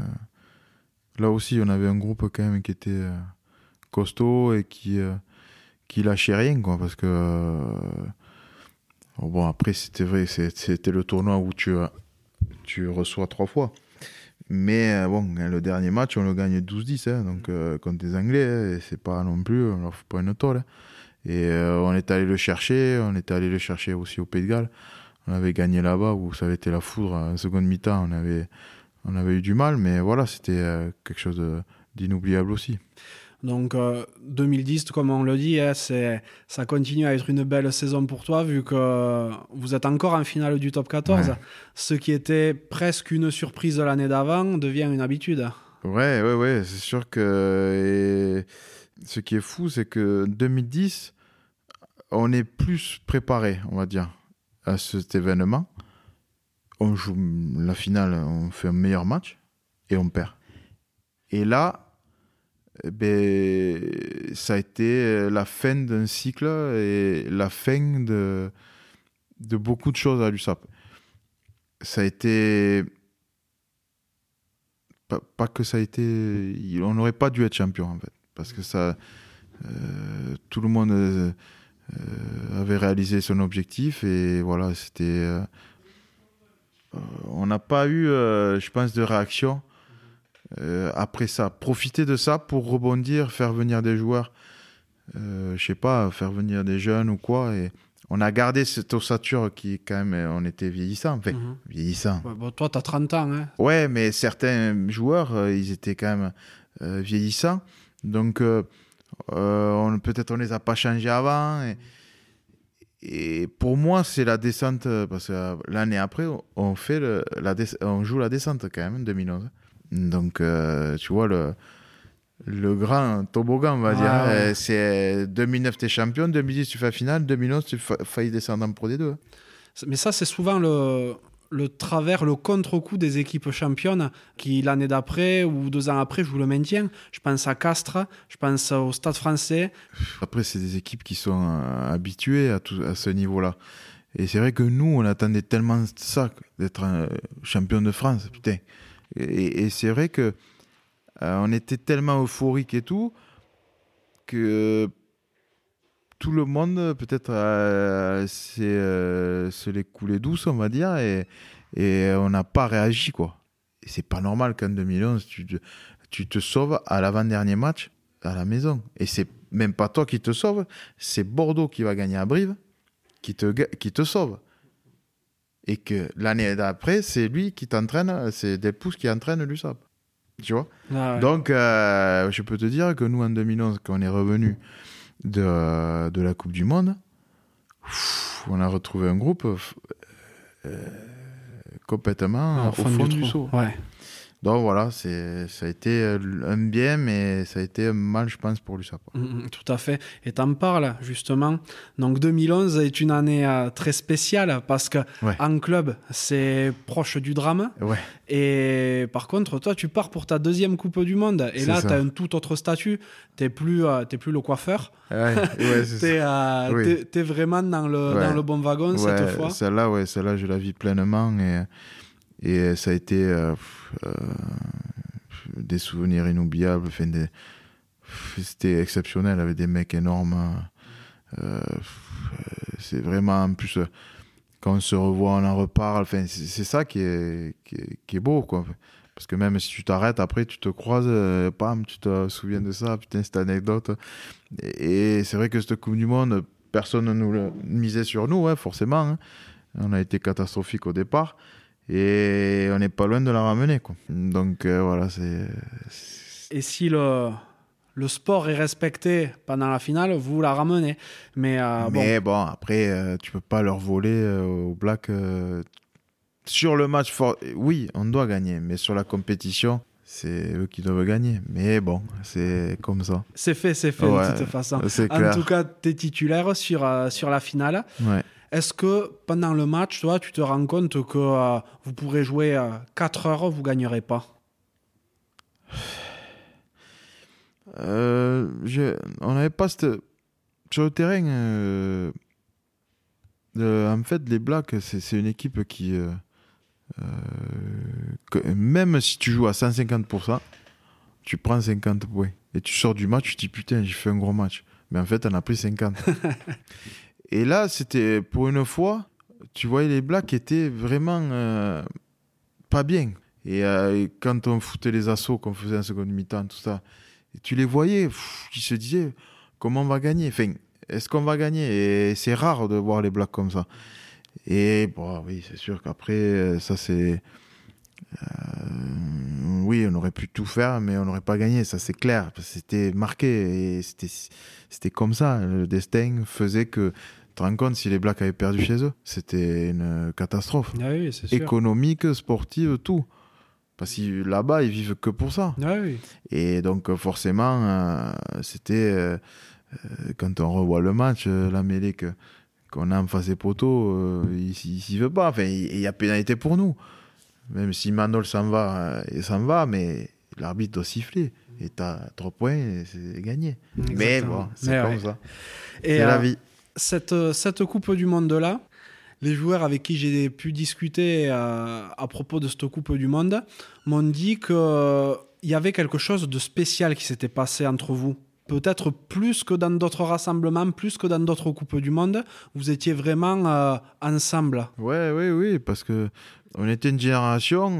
Là aussi, on avait un groupe quand même qui était costaud et qui lâchait rien, quoi, parce que... bon, après, c'était vrai, c'était le tournoi où tu reçois 3 fois. Mais bon, le dernier match, on le gagne 12-10, hein, donc contre les Anglais, hein, et c'est pas non plus, on leur fout pas une tôle. Hein. Et on est allé le chercher aussi au Pays de Galles. On avait gagné là-bas, où ça avait été la foudre. En seconde mi-temps, on avait eu du mal, mais voilà, c'était quelque chose d'inoubliable aussi. Donc 2010, comme on le dit, hein, ça continue à être une belle saison pour toi, vu que vous êtes encore en finale du top 14. Ouais. Ce qui était presque une surprise de l'année d'avant devient une habitude. Ouais, c'est sûr que... Et ce qui est fou, c'est que 2010, on est plus préparé, on va dire, à cet événement. On joue la finale, on fait un meilleur match et on perd. Et là, ça a été la fin d'un cycle et la fin de beaucoup de choses à l'USAP. Ça a été... Pas que ça a été... On n'aurait pas dû être champion, en fait. Parce que ça... tout le monde avait réalisé son objectif et voilà, c'était... on n'a pas eu, je pense, de réaction après ça. Profiter de ça pour rebondir, faire venir des joueurs, je sais pas, faire venir des jeunes ou quoi. Et on a gardé cette ossature qui, quand même, on était vieillissant. Enfin, vieillissant. Ouais, bon, toi, tu as 30 ans. Hein. Ouais, mais certains joueurs, ils étaient quand même vieillissants. Donc, peut-être on les a pas changés avant. Et pour moi, c'est la descente, parce que l'année après, on joue la descente quand même, en 2011. Donc, tu vois, le grand toboggan, on va dire. Ouais. C'est 2009, tu es champion, 2010, tu fais la finale, 2011, tu faillis descendre en Pro D2. Mais ça, c'est souvent le travers, le contre-coup des équipes championnes qui, l'année d'après ou 2 ans après, jouent le maintien. Je pense à Castres, je pense au Stade Français. Après, c'est des équipes qui sont habituées à ce niveau-là. Et c'est vrai que nous, on attendait tellement ça, d'être champion de France, putain. Et c'est vrai que on était tellement euphorique et tout que tout le monde, peut-être, se les coulait douce, on va dire, et on n'a pas réagi, quoi. Et c'est pas normal qu'en 2011, tu te sauves à l'avant-dernier match à la maison. Et c'est même pas toi qui te sauve, c'est Bordeaux qui va gagner à Brive qui te sauve. Et que l'année d'après, c'est lui qui t'entraîne, c'est Delpousse qui entraîne l'USAP. Tu vois ? Donc, je peux te dire que nous, en 2011, quand on est revenu de la Coupe du Monde, on a retrouvé un groupe complètement au fond du seau. Ouais. Donc voilà, ça a été un bien, mais ça a été un mal, je pense, pour l'USAP. Tout à fait. Et t'en parles, justement. Donc 2011 est une année très spéciale parce qu'en club, c'est proche du drame. Ouais. Et par contre, toi, tu pars pour ta deuxième Coupe du Monde. Et là, tu as un tout autre statut. T'es plus le coiffeur. Ouais, c'est ça. T'es vraiment dans le bon wagon cette fois. Celle-là, je la vis pleinement. Et ça a été des souvenirs inoubliables. C'était exceptionnel avec des mecs énormes. C'est vraiment, en plus, quand on se revoit, on en reparle. C'est ça qui est beau, quoi. Parce que même si tu t'arrêtes, après, tu te croises, tu te souviens de ça, putain, cette anecdote. Et c'est vrai que cette Coupe du Monde, personne ne nous misait sur nous, forcément. Hein. On a été catastrophique au départ. Et on n'est pas loin de la ramener, quoi. Donc voilà, Et si le sport est respecté pendant la finale, vous la ramenez. Mais bon, après, tu peux pas leur voler aux Blacks. Sur le match fort, oui, on doit gagner, mais sur la compétition, c'est eux qui doivent gagner. Mais bon, c'est comme ça. C'est fait de toute façon. En tout cas, tu es titulaire sur la finale. Ouais. Est-ce que pendant le match, toi, tu te rends compte que vous pourrez jouer 4 heures, vous ne gagnerez pas ? On n'avait pas sur le terrain. En fait, les Blacks, c'est une équipe qui, même si tu joues à 150%, tu prends 50 points. Et tu sors du match, tu te dis putain, j'ai fait un gros match. Mais en fait, on a pris 50. Et là, c'était pour une fois, tu voyais les Blacks étaient vraiment pas bien. Et quand on foutait les assauts qu'on faisait en seconde mi-temps, tout ça, et tu les voyais, ils se disaient comment on va gagner. Enfin, est-ce qu'on va gagner ? Et c'est rare de voir les Blacks comme ça. Et bon, oui, c'est sûr qu'après, ça c'est. Oui, on aurait pu tout faire, mais on n'aurait pas gagné, ça c'est clair. Parce que c'était marqué et c'était comme ça. Le destin faisait que. Tu te rends compte, si les Blacks avaient perdu chez eux, c'était une catastrophe. Ah oui, c'est sûr. Économique, sportive, tout. Parce que là-bas, ils vivent que pour ça. Ah oui. Et donc, forcément, c'était. Quand on revoit le match, la mêlée qu'on a en face des poteaux, il s'y veut pas. Enfin, il y a pénalité pour nous. Même si Manol s'en va, il s'en va, mais l'arbitre doit siffler. Et t'as 3 points, et c'est gagné. Exactement. Mais bon, c'est comme ça. Et c'est la vie. Cette Coupe du Monde-là, les joueurs avec qui j'ai pu discuter à propos de cette Coupe du Monde m'ont dit qu'il y avait quelque chose de spécial qui s'était passé entre vous. Peut-être plus que dans d'autres rassemblements, plus que dans d'autres Coupes du Monde. Vous étiez vraiment ensemble. Oui, parce qu'on était une génération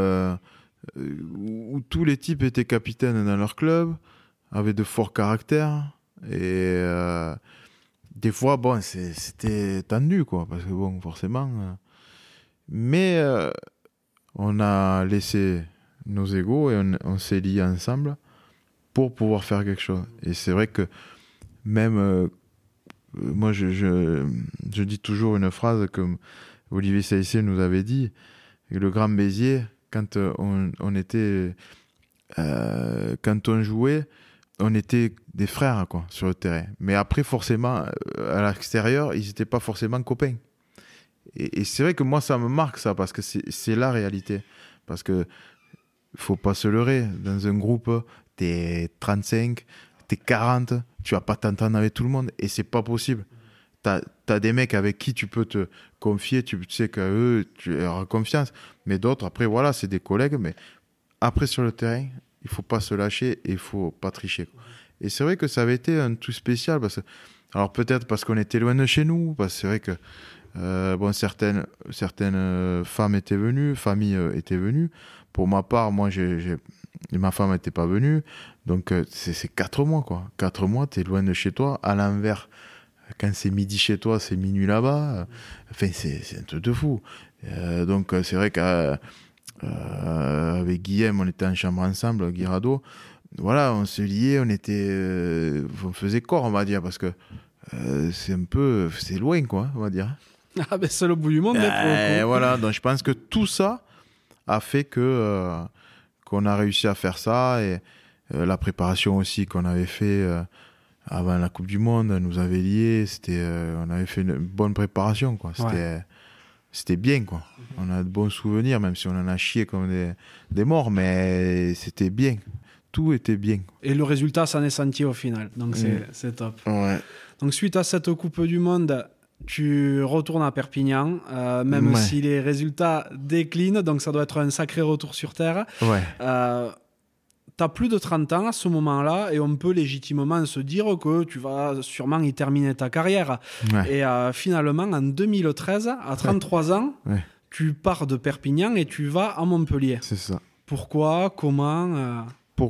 où tous les types étaient capitaines dans leur club, avaient de forts caractères. Et des fois, bon, c'était tendu, quoi, parce que bon, forcément. Mais on a laissé nos égos et on s'est liés ensemble pour pouvoir faire quelque chose. Et c'est vrai que même moi, je dis toujours une phrase que Olivier Saïssé nous avait dit, le Grand Béziers, quand on était, quand on jouait, on était des frères, quoi, sur le terrain. Mais après, forcément, à l'extérieur, ils n'étaient pas forcément copains. Et c'est vrai que moi, ça me marque, ça, parce que c'est la réalité. Parce que faut pas se leurrer. Dans un groupe, t'es 35, t'es 40, tu vas pas t'entendre avec tout le monde. Et c'est pas possible. T'as des mecs avec qui tu peux te confier, tu sais qu'à eux, tu auras confiance. Mais d'autres, après, voilà, c'est des collègues. Mais après, sur le terrain, il faut pas se lâcher et il faut pas tricher, quoi. Et c'est vrai que ça avait été un tout spécial parce que Alors peut-être parce qu'on était loin de chez nous, parce que c'est vrai que certaines femmes étaient venues, familles étaient venues. Pour ma part, ma femme n'était pas venue. Donc c'est 4 mois, quoi. 4 mois, t'es loin de chez toi. À l'envers, quand c'est midi chez toi, c'est minuit là-bas. Enfin, c'est un truc de fou. Donc c'est vrai qu'avec Guillaume, on était en chambre ensemble, Guirado. Voilà, on se liait, on faisait corps, on va dire, parce que c'est loin, quoi, on va dire. Ah ben c'est le bout du monde, pour le coup. Voilà, donc je pense que tout ça a fait qu'on a réussi à faire ça, et la préparation aussi qu'on avait fait avant la Coupe du Monde nous avait liés. On avait fait une bonne préparation, quoi. C'était bien, quoi. On a de bons souvenirs, même si on en a chié comme des morts, mais c'était bien. Tout était bien. Et le résultat s'en est senti au final, donc c'est top. Ouais. Donc suite à cette Coupe du Monde, tu retournes à Perpignan, même si les résultats déclinent, donc ça doit être un sacré retour sur Terre. Ouais. T'as plus de 30 ans à ce moment-là, et on peut légitimement se dire que tu vas sûrement y terminer ta carrière. Ouais. Et finalement, en 2013, à 33 ans, tu pars de Perpignan et tu vas à Montpellier. C'est ça. Pourquoi ? Comment Pourquoi ?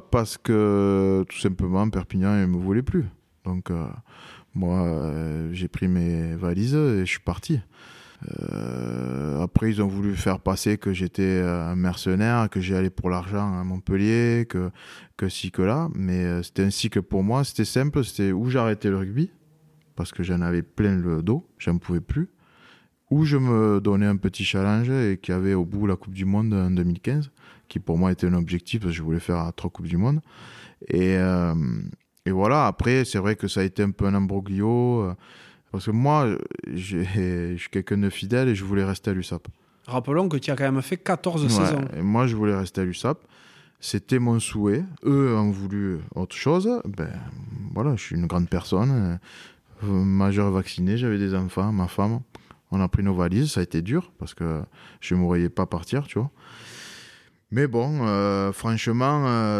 Parce que tout simplement, Perpignan ne me voulait plus. Donc moi, j'ai pris mes valises et je suis parti. Après, ils ont voulu faire passer que j'étais un mercenaire, que j'y allais pour l'argent à Montpellier, que ci, que là. Mais c'était ainsi que pour moi, c'était simple. C'était où j'arrêtais le rugby, parce que j'en avais plein le dos, j'en pouvais plus. Où je me donnais un petit challenge et qu'il y avait au bout la Coupe du Monde en 2015, qui pour moi était un objectif, parce que je voulais faire 3 Coupes du Monde. Et voilà, après, c'est vrai que ça a été un peu un imbroglio, parce que moi, je suis quelqu'un de fidèle et je voulais rester à l'USAP. Rappelons que tu as quand même fait 14 saisons. Et moi, je voulais rester à l'USAP. C'était mon souhait. Eux ont voulu autre chose. Ben, voilà, je suis une grande personne, majeur vacciné, j'avais des enfants, ma femme. On a pris nos valises, ça a été dur, parce que je ne me voyais pas partir, tu vois. Mais bon, franchement,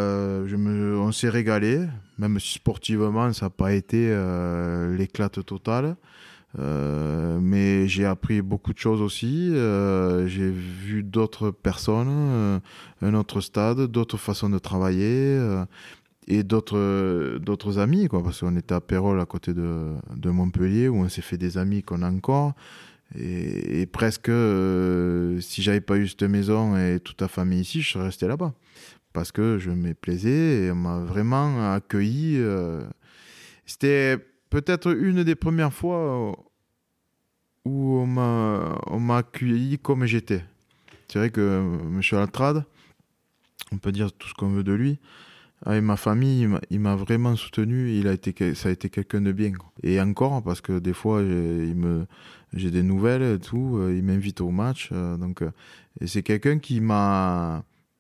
on s'est régalé. Même si sportivement, ça n'a pas été l'éclate totale. Mais j'ai appris beaucoup de choses aussi. J'ai vu d'autres personnes, un autre stade, d'autres façons de travailler et d'autres amis, quoi. Parce qu'on était à Pérol, à côté de Montpellier, où on s'est fait des amis qu'on a encore. Et presque, si j'avais pas eu cette maison et toute la famille ici, je serais resté là-bas. Parce que je m'y plaisais et on m'a vraiment accueilli. C'était peut-être une des premières fois où on m'a accueilli comme j'étais. C'est vrai que M. Altrad, on peut dire tout ce qu'on veut de lui, avec ma famille, il m'a vraiment soutenu. Ça a été quelqu'un de bien, quoi. Et encore, parce que des fois, j'ai des nouvelles et tout, il m'invite au match. Et c'est quelqu'un qui m'a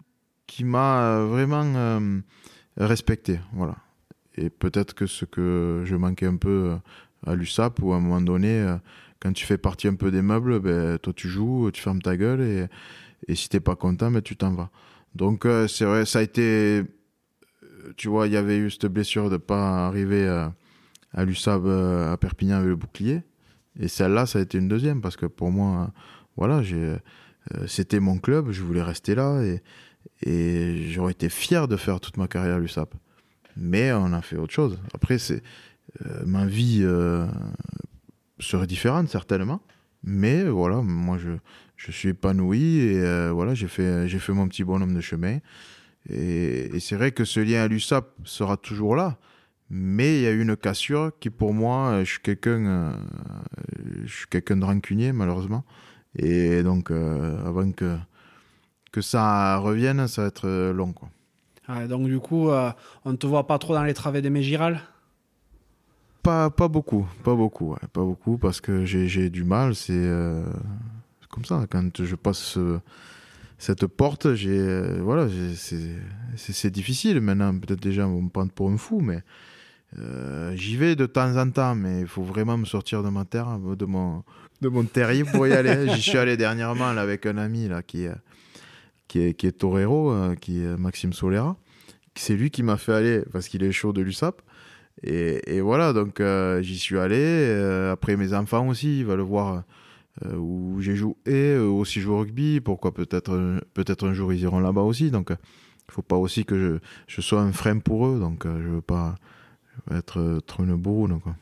vraiment respecté. Voilà. Et peut-être que ce que je manquais un peu à l'USAP, où à un moment donné, quand tu fais partie un peu des meubles, ben, toi tu joues, tu fermes ta gueule, et si t'es pas content, ben, tu t'en vas. Donc c'est vrai, ça a été... Tu vois, il y avait eu cette blessure de ne pas arriver à l'USAP à Perpignan avec le bouclier. Et celle-là, ça a été une deuxième, parce que pour moi, voilà, c'était mon club, je voulais rester là, et j'aurais été fier de faire toute ma carrière à l'USAP. Mais on a fait autre chose. Après, ma vie serait différente, certainement. Mais voilà, moi, je suis épanoui, et voilà, j'ai fait mon petit bonhomme de chemin. Et c'est vrai que ce lien à l'USAP sera toujours là, mais il y a eu une cassure qui, pour moi, je suis quelqu'un de rancunier, malheureusement. Et donc, avant que ça revienne, ça va être long, quoi. Ouais, donc du coup, on ne te voit pas trop dans les travées des Mégirales ? Pas beaucoup, ouais, pas beaucoup, parce que j'ai du mal. C'est comme ça, quand je passe cette porte, voilà, c'est difficile maintenant. Peut-être des gens vont me prendre pour un fou, mais j'y vais de temps en temps. Mais il faut vraiment me sortir de ma terre, de mon terrier pour y aller. J'y suis allé dernièrement là, avec un ami là, qui est torero, qui est Maxime Solera. C'est lui qui m'a fait aller, parce qu'il est chaud de l'USAP. Et voilà, donc j'y suis allé. Après, mes enfants aussi, ils veulent voir où j'ai joué, aussi joué au rugby. Pourquoi peut-être un jour ils iront là-bas aussi. Donc, il faut pas aussi que je sois un frein pour eux. Donc, je veux pas être trop une bourroune, quoi.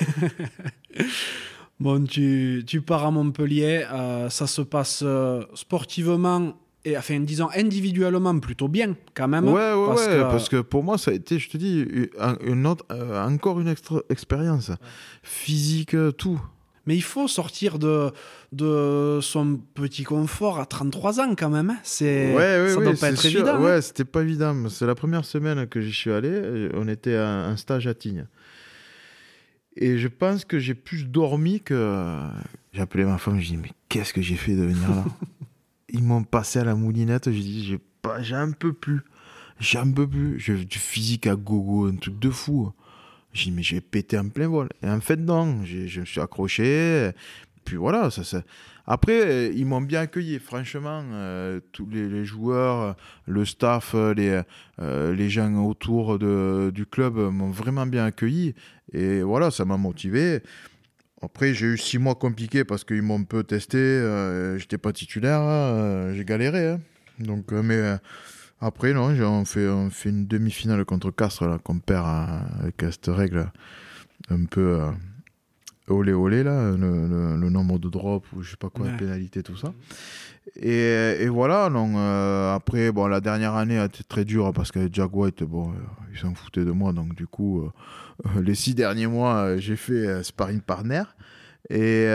Bon, tu pars à Montpellier, ça se passe sportivement et enfin disons individuellement plutôt bien quand même. Parce que pour moi ça a été, je te dis, encore une expérience physique, tout. Mais il faut sortir de son petit confort à 33 ans quand même. Ça doit pas être évident. Ouais, c'était pas évident. C'est la première semaine que j'y suis allé. On était à un stage à Tignes. Et je pense que j'ai plus dormi que... J'ai appelé ma femme, je dis mais qu'est-ce que j'ai fait de venir là? Ils m'ont passé à la moulinette, j'ai dit j'en peux plus. J'ai du physique à gogo, un truc de fou. J'ai dit mais je vais péter en plein vol. Et en fait non, je me suis accroché. Puis voilà, ça. Après, ils m'ont bien accueilli, franchement, tous les joueurs, le staff, les gens autour du club m'ont vraiment bien accueilli. Et voilà, ça m'a motivé. Après, j'ai eu 6 mois compliqués parce qu'ils m'ont un peu testé. J'étais pas titulaire, j'ai galéré. Hein. Donc, après, non, on fait une demi-finale contre Castres, là, qu'on perd avec cette règle un peu... olé là, le nombre de drops ou je sais pas quoi, la pénalité, tout ça. Et voilà, donc après, bon, la dernière année a été très dure parce que Jack White, bon, ils s'en foutaient de moi, donc du coup, les 6 derniers mois, j'ai fait sparring partner. Mais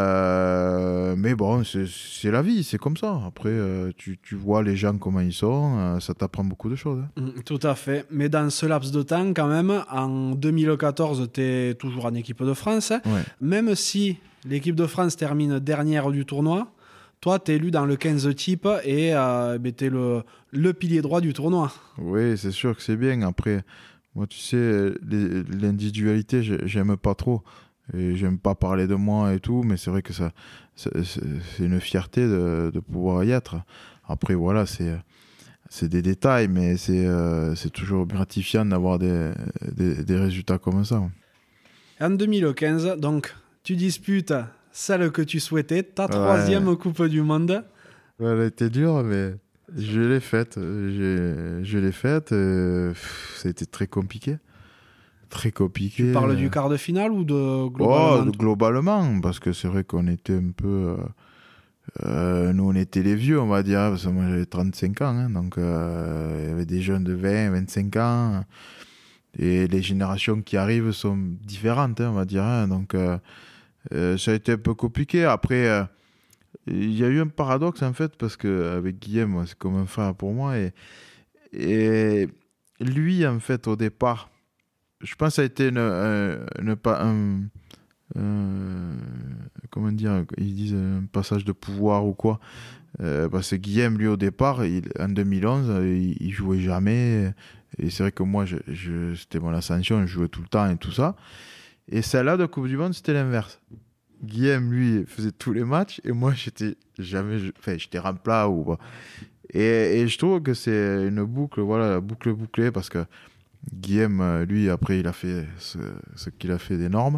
bon, c'est la vie, c'est comme ça. Après, tu vois les gens comment ils sont, ça t'apprend beaucoup de choses. Hein. Tout à fait. Mais dans ce laps de temps, quand même, en 2014, tu es toujours en équipe de France. Ouais. Même si l'équipe de France termine dernière du tournoi, toi, tu es élu dans le 15 type et tu es le pilier droit du tournoi. Oui, c'est sûr que c'est bien. Après, moi, tu sais, l'individualité, j'aime pas trop. Et j'aime pas parler de moi et tout, mais c'est vrai que c'est une fierté de pouvoir y être. Après, voilà, c'est des détails, mais c'est toujours gratifiant d'avoir des résultats comme ça. En 2015, donc, tu disputes celle que tu souhaitais, ta 3e Coupe du Monde. Ouais, elle a été dure, mais je l'ai faite. Je l'ai faite. Ça a été très compliqué. Très compliqué. Tu parles du quart de finale ou de globalement? Globalement, parce que c'est vrai qu'on était un peu... nous, on était les vieux, on va dire, parce que moi, j'avais 35 ans, hein, donc il y avait des jeunes de 20, 25 ans, et les générations qui arrivent sont différentes, hein, on va dire, hein, donc ça a été un peu compliqué. Après, il y a eu un paradoxe, en fait, parce qu'avec Guillaume, c'est comme un frère pour moi, et lui, en fait, au départ, je pense que ça a été comment dire, ils disent un passage de pouvoir ou quoi, parce que Guillaume, lui, au départ, en 2011, il jouait jamais, et c'est vrai que moi, c'était mon ascension, je jouais tout le temps et tout ça, et celle-là de Coupe du Monde, c'était l'inverse. Guillaume, lui, faisait tous les matchs, et moi, j'étais remplat ou et je trouve que c'est une boucle, voilà, la boucle bouclée, parce que Guillaume, lui, après, il a fait ce qu'il a fait d'énorme.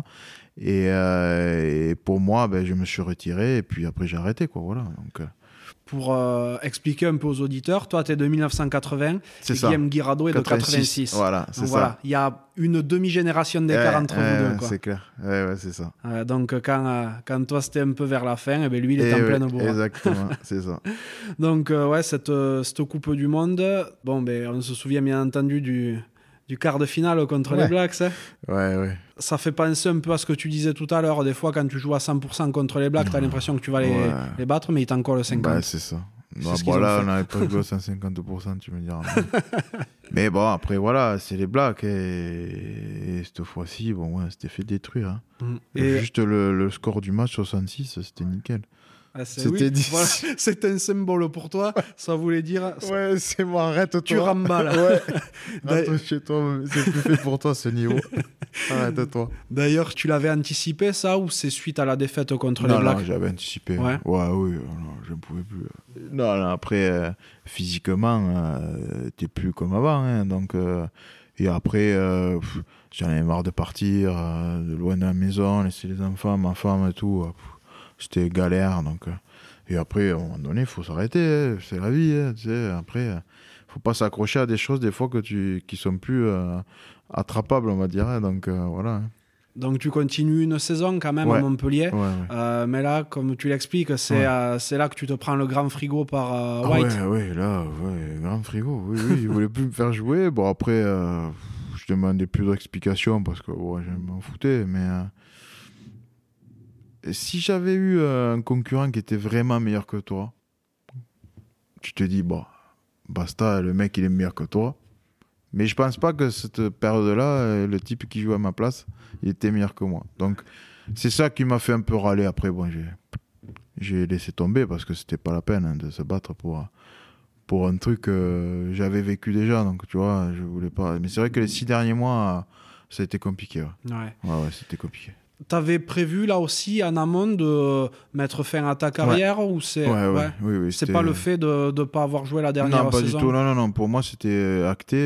Et pour moi, je me suis retiré et puis après, j'ai arrêté, quoi. Voilà. Donc, pour expliquer un peu aux auditeurs, toi, tu es de 1980 et ça. Guillaume Guirado est de 86. Voilà, c'est ça. Il y a une demi-génération d'écart entre vous deux, quoi. C'est clair. Ouais, c'est ça. Donc, quand toi, c'était un peu vers la fin, lui, il était en pleine bourre. Exactement, c'est ça. Donc, cette Coupe du Monde, on se souvient bien entendu du quart de finale contre les Blacks. Hein. Ouais. Ça fait penser un peu à ce que tu disais tout à l'heure. Des fois, quand tu joues à 100% contre les Blacks, tu as l'impression que tu vas les battre, mais il t'en colle 50%. Bah, c'est ça. Là, on n'avait pas joué à 150%, tu me diras. Mais bon, après, voilà, c'est les Blacks. Et cette fois-ci, c'était fait détruire. Hein. Et juste le score du match, 66, c'était nickel. C'était voilà, c'est un symbole pour toi, ça voulait dire... Ouais, c'est moi, arrête-toi. Tu remballes. Ouais. Rentre chez toi, c'est plus fait pour toi ce niveau. Arrête-toi. D'ailleurs, tu l'avais anticipé ça ou c'est suite à la défaite contre les Blacks? Non, j'avais anticipé. Ouais. Oui, je ne pouvais plus. Non, après, physiquement, t'es plus comme avant. Hein, donc, Et après, j'en avais marre de partir, de loin de la maison, laisser les enfants, ma femme et tout. C'était galère. Donc, et après, à un moment donné, il faut s'arrêter. Hein, c'est la vie. Hein, tu sais. Après, faut pas s'accrocher à des choses des fois qui sont plus attrapables, on va dire. Hein, donc, voilà. Hein. Donc tu continues une saison quand même à Montpellier. Ouais. Mais là, comme tu l'expliques, c'est là que tu te prends le grand frigo par White. Grand frigo. Oui, il voulait plus me faire jouer. Bon, après, je demandais plus d'explications parce que je m'en foutais. Mais si j'avais eu un concurrent qui était vraiment meilleur que toi, tu te dis, basta, le mec, il est meilleur que toi. Mais je pense pas que cette période-là, le type qui jouait à ma place, il était meilleur que moi. Donc, c'est ça qui m'a fait un peu râler. Après, j'ai laissé tomber parce que c'était pas la peine de se battre pour un truc que j'avais vécu déjà. Donc, tu vois, je voulais pas. Mais c'est vrai que les 6 derniers mois, ça a été compliqué. Ouais, c'était compliqué. T'avais prévu là aussi en amont de mettre fin à ta carrière ou c'est oui, c'est pas le fait de ne pas avoir joué la dernière saison? Non, pas du tout. Non. Pour moi, c'était acté.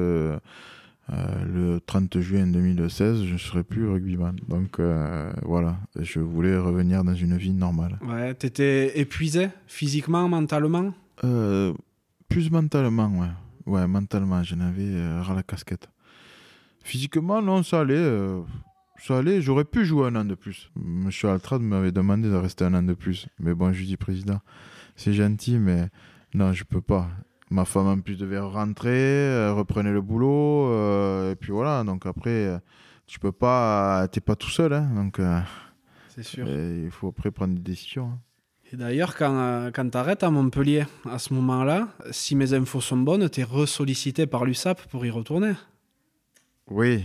Le 30 juin 2016, je ne serai plus rugbyman. Donc voilà, je voulais revenir dans une vie normale. Ouais, t'étais épuisé physiquement, mentalement? Plus mentalement, ouais. Ouais, mentalement, j'en avais ras la casquette. Physiquement, non, ça allait, j'aurais pu jouer un an de plus. Monsieur Altrad m'avait demandé de rester un an de plus. Mais bon, je lui dis, président, c'est gentil, mais non, je peux pas. Ma femme, en plus, devait rentrer, reprenait le boulot, et puis voilà. Donc après, tu peux pas, t'es pas tout seul, hein. Donc, c'est sûr. Il faut après prendre des décisions. Hein. Et d'ailleurs, quand tu arrêtes à Montpellier, à ce moment-là, si mes infos sont bonnes, tu es ressollicité par l'USAP pour y retourner. Oui.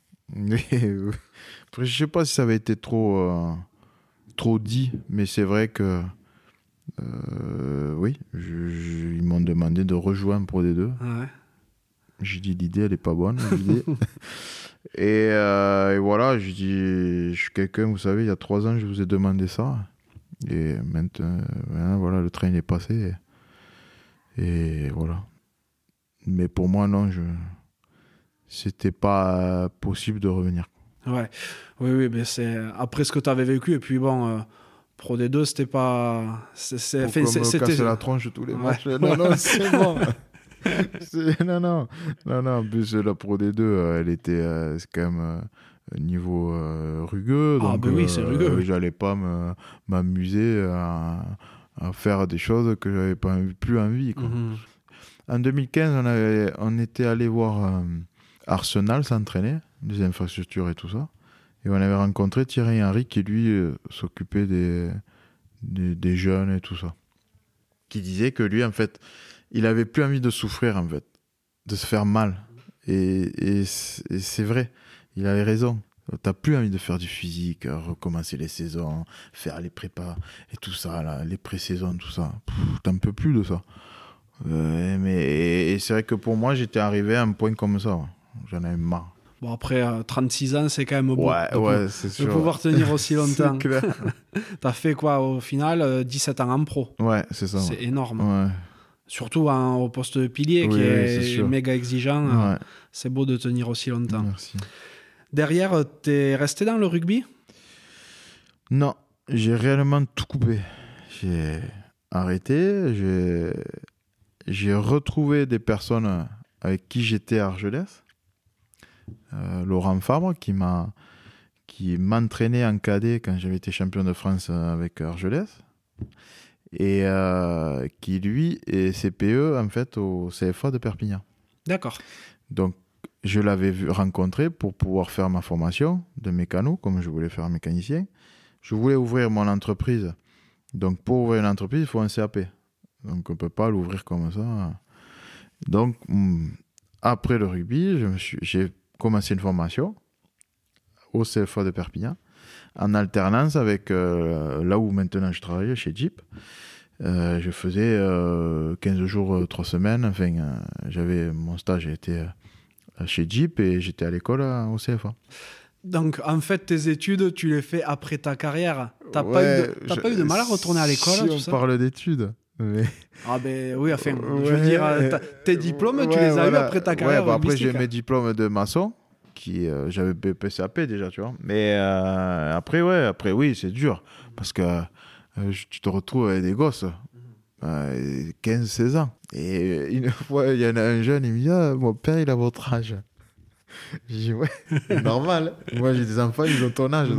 Après, je sais pas si ça avait été trop dit, mais c'est vrai que oui, ils m'ont demandé de rejoindre Pro D2. Ouais. J'ai dit l'idée elle est pas bonne. et voilà, j'ai dit je suis quelqu'un, vous savez, il y a 3 ans je vous ai demandé ça. Et maintenant, voilà, le train il est passé. Et voilà. Mais pour moi, non, c'était pas possible de revenir. Ouais. Oui, mais c'est après ce que tu avais vécu. Et puis bon, Pro D2, c'était pas. C'était casser la tronche tous les matchs. Non, c'est bon. Non. En plus, la Pro D2, elle était c'est quand même niveau rugueux. Donc, oui, c'est rugueux. Oui. J'allais pas m'amuser à faire des choses que j'avais pas plus envie. Quoi. Mm-hmm. En 2015, on était allé voir Arsenal s'entraîner, des infrastructures et tout ça. Et on avait rencontré Thierry Henry qui, lui, s'occupait des jeunes et tout ça. Qui disait que lui, en fait, il avait plus envie de souffrir, en fait, de se faire mal. Et c'est vrai, il avait raison. T'as plus envie de faire du physique, recommencer les saisons, faire les prépas et tout ça, là, les pré-saisons, tout ça. T'en peux plus de ça. Et c'est vrai que pour moi, j'étais arrivé à un point comme ça. Ouais. J'en avais marre. Bon, après 36 ans, c'est quand même beau c'est sûr. De pouvoir tenir aussi longtemps. C'est clair. T'as fait quoi au final 17 ans en pro. Ouais, c'est ça. C'est énorme. Ouais. Surtout au poste de pilier qui est méga exigeant. Ouais. C'est beau de tenir aussi longtemps. Merci. Derrière, t'es resté dans le rugby ? Non, j'ai réellement tout coupé. J'ai arrêté, j'ai retrouvé des personnes avec qui j'étais à Argelès. Laurent Fabre qui m'entraînait en cadet quand j'avais été champion de France avec Argelès et qui lui est CPE en fait au CFA de Perpignan. D'accord. Donc je l'avais rencontré pour pouvoir faire ma formation de mécano, comme je voulais faire mécanicien. Je voulais ouvrir mon entreprise. Donc pour ouvrir une entreprise, il faut un CAP. Donc on ne peut pas l'ouvrir comme ça. Donc après le rugby, j'ai commencé une formation au CFA de Perpignan, en alternance avec là où maintenant je travaille, chez Jeep. Je faisais 15 jours, 3 semaines. Enfin, mon stage était chez Jeep et j'étais à l'école au CFA. Donc, en fait, tes études, tu les fais après ta carrière. T'as pas eu de mal à retourner à l'école? Si on parle d'études, Mais... Ah ben oui, enfin, Ouais, je veux dire, tes diplômes, tu les as eu après ta carrière après, rugbystique, j'ai mes diplômes de maçon, j'avais BPCAP déjà, tu vois. Mais après, oui, c'est dur. Parce que tu te retrouves avec des gosses, 15-16 ans. Et une fois, il y en a un jeune, il me dit, ah, mon père, il a votre âge. J'ai dit, ouais, c'est normal. Moi, j'ai des enfants, ils ont ton âge.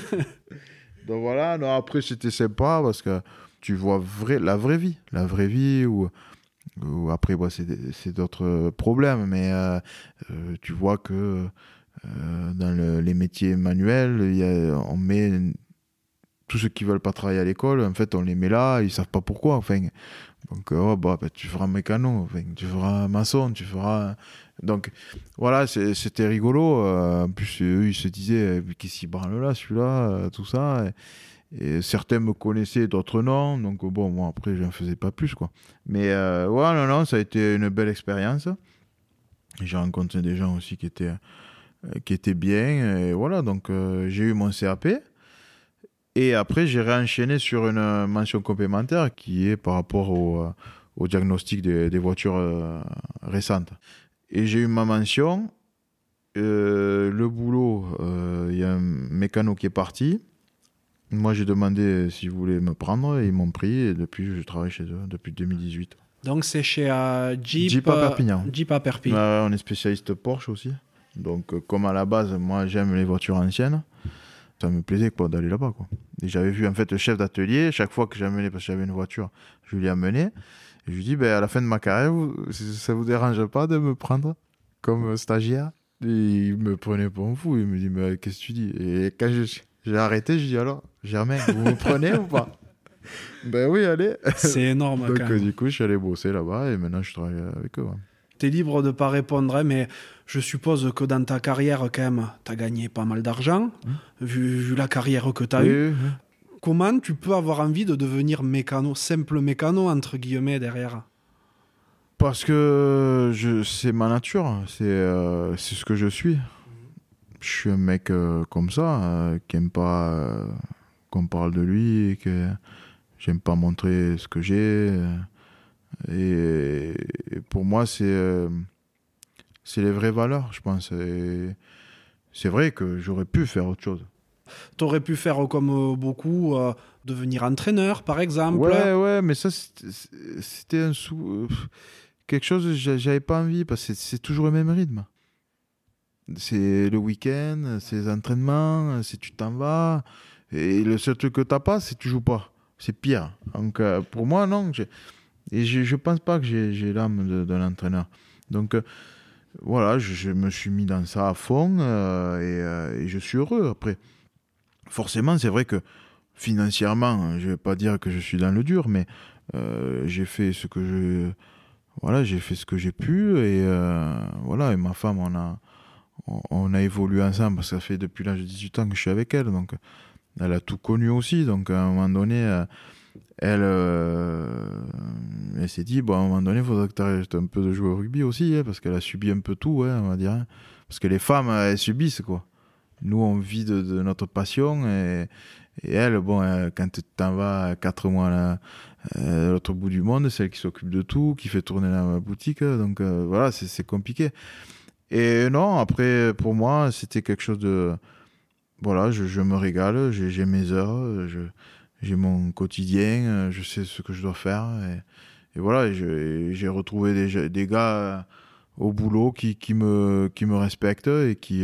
Donc voilà, non, après, c'était sympa parce que tu vois la vraie vie. La vraie vie où après, bah, c'est d'autres problèmes. Mais tu vois que dans les métiers manuels, on met tous ceux qui veulent pas travailler à l'école, en fait, on les met là, ils savent pas pourquoi. Enfin, donc, tu feras mécano, enfin, tu feras maçon, tu feras. Donc, voilà, c'était rigolo. En plus, eux, ils se disaient, qu'est-ce qu'il branle là, celui-là, tout ça. Et certains me connaissaient, d'autres non. Donc, bon, moi, après, je n'en faisais pas plus, quoi. Mais, ouais, non, ça a été une belle expérience. J'ai rencontré des gens aussi qui étaient bien. Et voilà, donc, j'ai eu mon CAP. Et après, j'ai réenchaîné sur une mention complémentaire qui est par rapport au diagnostic des voitures récentes. Et j'ai eu ma mention. Le boulot, il y a un mécano qui est parti. Moi, j'ai demandé s'ils voulaient me prendre et ils m'ont pris. Et depuis, je travaille chez eux depuis 2018. Donc, c'est chez Jeep à Perpignan. Jeep à Perpignan. On est spécialiste Porsche aussi. Donc, comme à la base, moi, j'aime les voitures anciennes. Ça me plaisait d'aller là-bas, quoi. Et j'avais vu en fait le chef d'atelier, chaque fois que j'amenais, parce que j'avais une voiture, je lui amenais, et je lui dis, à la fin de ma carrière, ça vous dérange pas de me prendre comme stagiaire? Et il me prenait pour un fou, il me dit, mais qu'est-ce que tu dis? Et quand j'ai arrêté, je dis, alors, Germain, vous me prenez ou pas? Ben oui, allez. C'est énorme. Donc quand même. du coup, je suis allé bosser là-bas et maintenant je travaille avec eux. Ouais. T'es libre de pas répondre, hein, mais je suppose que dans ta carrière, quand même, t'as gagné pas mal d'argent, vu la carrière que t'as eue. Comment tu peux avoir envie de devenir mécano, simple mécano, entre guillemets, derrière? Parce que c'est ma nature, c'est ce que je suis. Je suis un mec comme ça, qui aime pas qu'on parle de lui, et que j'aime pas montrer ce que j'ai. Et pour moi, c'est les vraies valeurs, je pense. Et c'est vrai que j'aurais pu faire autre chose. T'aurais pu faire comme beaucoup, devenir entraîneur, par exemple. Ouais, mais ça, c'était quelque chose que j'avais pas envie, parce que c'est toujours le même rythme. C'est le week-end, c'est les entraînements, c'est tu t'en vas. Et le seul truc que t'as pas, c'est tu joues pas. C'est pire. Donc, pour moi, non. Et je pense pas que j'ai l'âme d'un entraîneur. Donc, voilà, je me suis mis dans ça à fond et je suis heureux. Après, forcément, c'est vrai que financièrement, je vais pas dire que je suis dans le dur, mais j'ai fait ce que j'ai fait ce que j'ai pu et voilà. Et ma femme, on a évolué ensemble parce que ça fait depuis l'âge de 18 ans que je suis avec elle, donc elle a tout connu aussi. Donc à un moment donné, elle s'est dit, à un moment donné, il faudrait que tu arrêtes un peu de jouer au rugby aussi, hein, parce qu'elle a subi un peu tout, hein, on va dire. Hein. Parce que les femmes, elles subissent, quoi. Nous, on vit de notre passion et elle, quand tu t'en vas à 4 mois à l'autre bout du monde, c'est elle qui s'occupe de tout, qui fait tourner la boutique. Donc voilà, c'est compliqué. Et non, après, pour moi, c'était quelque chose de... Voilà, je me régale, j'ai mes heures, j'ai mon quotidien, je sais ce que je dois faire. Et voilà, j'ai retrouvé des gars au boulot qui me respectent et qui...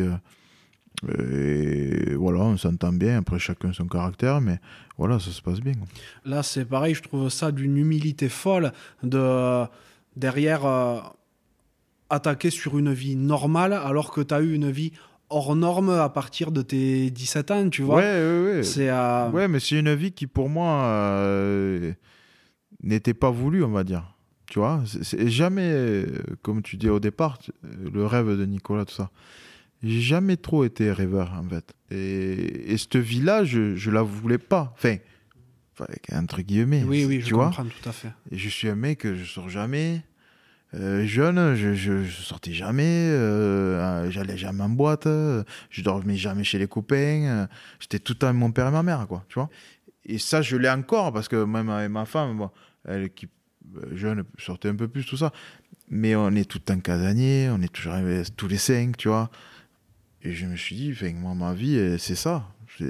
et voilà, on s'entend bien, après chacun son caractère, mais voilà, ça se passe bien. Là, c'est pareil, je trouve ça d'une humilité folle de derrière attaquer sur une vie normale alors que tu as eu une vie hors norme à partir de tes 17 ans, tu vois. Ouais. C'est, ouais, mais c'est une vie qui, pour moi, n'était pas voulue, on va dire. Tu vois, c'est jamais, comme tu dis au départ, le rêve de Nicolas, tout ça. J'ai jamais trop été rêveur, en fait. Et cette vie-là, je la voulais pas. Enfin, entre guillemets. Oui, tu je vois, comprends tout à fait. Et je suis un mec, je sors jamais. Jeune, je sortais jamais. J'allais jamais en boîte. Je dormais jamais chez les copains. J'étais tout le temps avec mon père et ma mère, quoi. Tu vois. Et ça, je l'ai encore, parce que même avec ma femme, Elle qui jeune sortait un peu plus, tout ça. Mais on est tout le temps casanier, on est toujours arrivés tous les 5, tu vois. Et je me suis dit, moi, ma vie, c'est ça.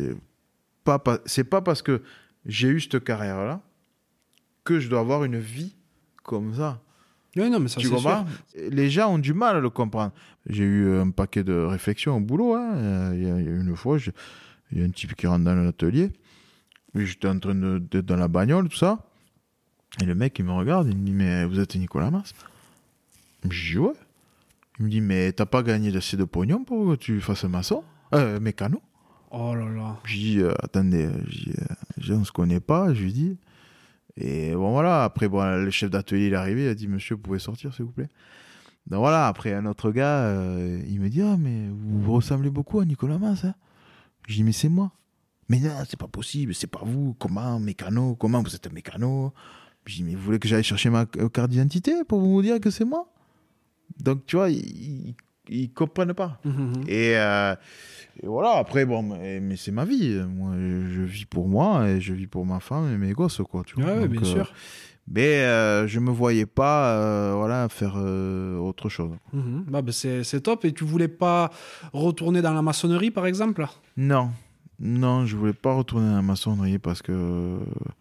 C'est pas parce que j'ai eu cette carrière-là que je dois avoir une vie comme ça. Oui, non, mais ça, tu c'est comprends? sûr. Les gens ont du mal à le comprendre. J'ai eu un paquet de réflexions au boulot. Il y a une fois, il y a un type qui rentre dans l'atelier. J'étais en train d'être dans la bagnole, tout ça. Et le mec, il me regarde, il me dit, mais vous êtes Nicolas Mas? Je dis, ouais. Il me dit, mais t'as pas gagné assez de pognon pour que tu fasses maçon? Mécano? Oh là là. Je dis, attendez, on se connaît pas, je lui dis. Et bon, voilà, après, le chef d'atelier, il est arrivé, il a dit, monsieur, vous pouvez sortir, s'il vous plaît. Donc voilà, après, un autre gars, il me dit, ah, mais vous ressemblez beaucoup à Nicolas Mas, hein? Je dis, mais c'est moi. Mais non, c'est pas possible, c'est pas vous. Comment, mécano? Comment vous êtes un mécano? Je dis, mais vous voulez que j'aille chercher ma carte d'identité pour vous dire que c'est moi? Donc, tu vois, ils comprennent pas. Et voilà, après, bon, mais c'est ma vie. Moi, je vis pour moi et je vis pour ma femme et mes gosses, quoi. Tu vois. Ouais, Donc, bien sûr. Mais je me voyais pas faire autre chose. Bah, c'est top. Et tu voulais pas retourner dans la maçonnerie, par exemple? Non, je voulais pas retourner dans la maçonnerie parce que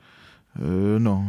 non.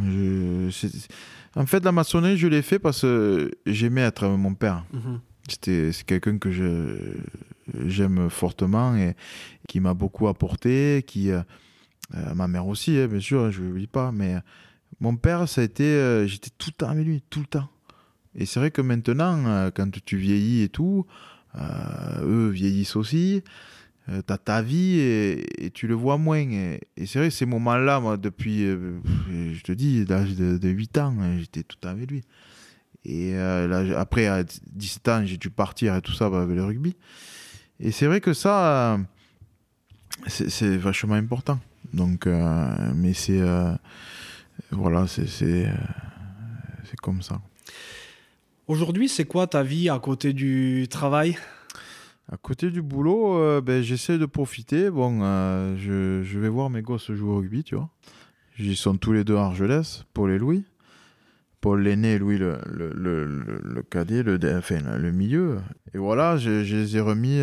En fait, la maçonnerie, je l'ai fait parce que j'aimais être avec mon père. C'est quelqu'un que j'aime fortement et qui m'a beaucoup apporté, ma mère aussi, hein, bien sûr, je ne l'oublie pas, mais mon père, ça a été, j'étais tout le temps avec lui, tout le temps. Et c'est vrai que maintenant, quand tu vieillis et tout, eux vieillissent aussi, t'as ta vie et tu le vois moins. Et c'est vrai que ces moments-là, moi, depuis, je te dis, l'âge de 8 ans, j'étais tout le temps avec lui. Et là, après, à 17 ans, j'ai dû partir et tout ça avec le rugby. Et c'est vrai que ça, c'est vachement important. Donc, mais c'est... voilà, c'est comme ça. Aujourd'hui, c'est quoi ta vie à côté du travail? À côté du boulot, j'essaie de profiter. Bon, je vais voir mes gosses jouer au rugby, tu vois. Ils sont tous les deux à Argelès, Paul et Louis. Paul l'aîné et Louis le cadet, le milieu. Et voilà, je les ai remis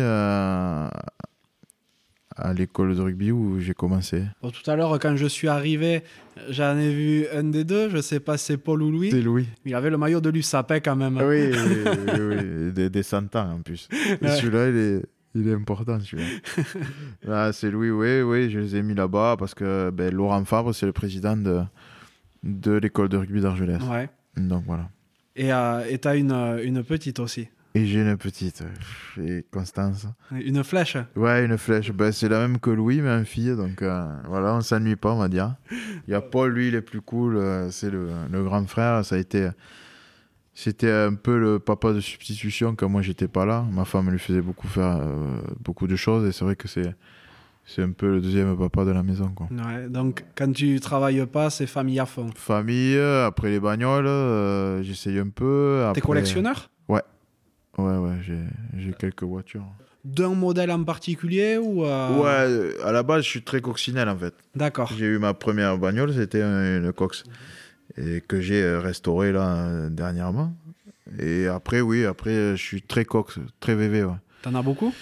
à l'école de rugby où j'ai commencé. Bon, tout à l'heure, quand je suis arrivé, j'en ai vu un des deux. Je sais pas si c'est Paul ou Louis. C'est Louis. Il avait le maillot de l'USAPE quand même. Oui. Des 100 ans en plus. Ouais. Celui-là, il est important, celui-là. Là, c'est Louis, oui, je les ai mis là-bas parce que Laurent Fabre, c'est le président de l'école de rugby d'Argelès. Ouais. Donc voilà. Et t'as une petite aussi. Et j'ai une petite, et Constance. Une flèche? Ouais, une flèche. C'est la même que Louis, mais en fille. Donc voilà, on s'ennuie pas, on va dire. Il y a Paul, lui, il est plus cool. C'est le grand frère. C'était un peu le papa de substitution quand moi, j'étais pas là. Ma femme lui faisait faire beaucoup de choses. Et c'est vrai que c'est un peu le deuxième papa de la maison, quoi. Ouais, donc quand tu travailles pas, c'est famille à fond. Famille, après les bagnoles, j'essaye un peu. Après... T'es collectionneur? Ouais, j'ai quelques voitures. D'un modèle en particulier ou Ouais, à la base, je suis très coccinelle, en fait. D'accord. J'ai eu ma première bagnole, c'était une Cox. Et que j'ai restaurée, là, dernièrement. Et après, je suis très Cox, très VV, ouais. T'en as beaucoup?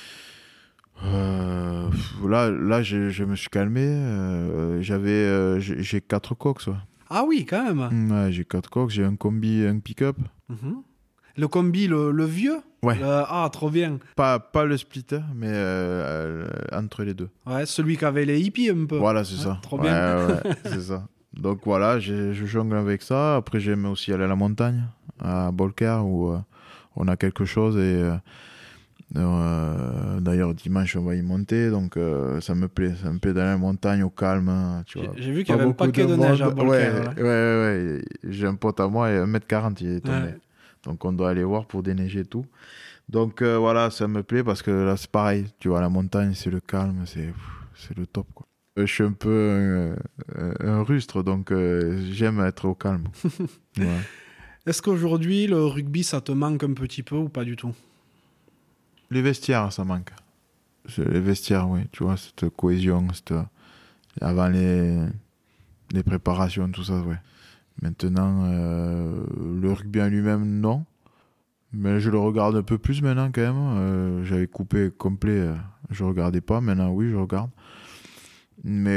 Là, je me suis calmé. J'ai 4 Cox, ouais. Ah oui, quand même. Ouais, j'ai 4 Cox, j'ai un combi, un pick-up. Le combi, le vieux? Ouais. Ah, trop bien. Pas le splitter, mais entre les deux. Ouais, celui qui avait les hippies un peu. Voilà, c'est ça. Trop bien. Ouais, c'est ça. Donc voilà, je jongle avec ça. Après, j'aime aussi aller à la montagne, à Bolker, où on a quelque chose. Et d'ailleurs, dimanche, on va y monter. Donc ça me plaît. Ça me plaît d'aller à la montagne au calme. Tu vois. J'ai vu qu'il y avait un paquet de neige à Bolker. Ouais. J'ai un pote à moi, 1m40, il est tombé. Ouais. Donc on doit aller voir pour déneiger tout. Donc voilà, ça me plaît parce que là c'est pareil, tu vois, la montagne c'est le calme, c'est le top, quoi. Je suis un peu un rustre, donc j'aime être au calme. Ouais. Est-ce qu'aujourd'hui le rugby ça te manque un petit peu ou pas du tout? Les vestiaires, ça manque. Les vestiaires, oui, tu vois, cette cohésion, avant les préparations, tout ça, ouais. Maintenant, le rugby en lui-même, non. Mais je le regarde un peu plus maintenant quand même. J'avais coupé complet, je regardais pas. Maintenant, oui, je regarde. Mais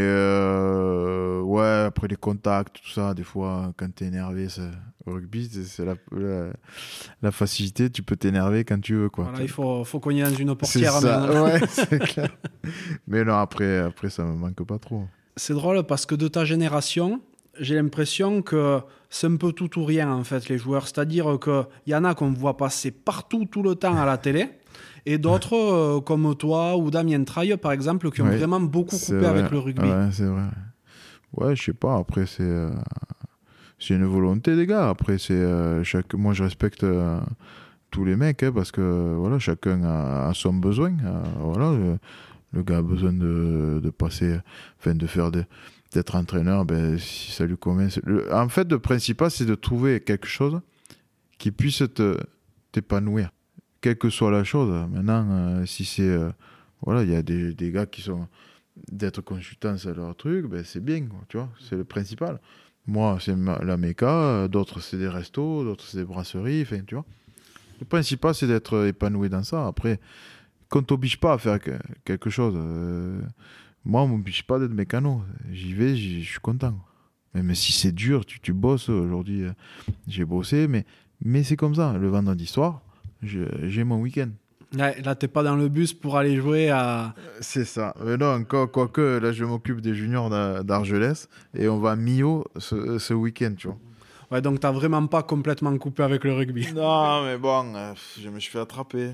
ouais, après les contacts, tout ça, des fois, quand t'es énervé, au rugby, c'est la facilité. Tu peux t'énerver quand tu veux, quoi. Voilà, il faut cogner dans une C'est portière ça, maintenant. ouais, c'est clair. Mais non, après, ça me manque pas trop. C'est drôle parce que de ta génération, j'ai l'impression que c'est un peu tout ou rien en fait les joueurs. C'est-à-dire qu'il y en a qu'on voit passer partout tout le temps à la télé et d'autres comme toi ou Damien Traille par exemple qui ont Ouais, vraiment beaucoup c'est coupé vrai. avec le rugby. Ouais, c'est vrai. Ouais, je sais pas. Après, c'est une volonté des gars. Après, moi, je respecte tous les mecs, hein, parce que voilà, chacun a son besoin. Voilà, le gars a besoin de passer, enfin, d'être entraîneur. Ben, si ça lui convient. En fait, le principal, c'est de trouver quelque chose qui puisse t'épanouir, quelle que soit la chose. Maintenant, si c'est voilà, il y a des gars qui sont d'être consultants sur leur truc, ben c'est bien, quoi, tu vois, c'est le principal. Moi, c'est la méca, d'autres c'est des restos, d'autres c'est des brasseries, enfin, tu vois. Le principal, c'est d'être épanoui dans ça. Après, qu'on t'oblige pas à faire quelque chose. Moi, on m'oblige pas d'être mécano. J'y vais, je suis content. Même si c'est dur, tu bosses. Aujourd'hui, j'ai bossé, mais c'est comme ça. Le vendredi soir, j'ai mon week-end. Ouais, là, t'es pas dans le bus pour aller jouer à... C'est ça. Mais non, encore, quoique, là, je m'occupe des juniors d'Argelès et on va à Millau ce week-end, tu vois. Ouais, donc t'as vraiment pas complètement coupé avec le rugby. Non, mais bon, je me suis fait attraper.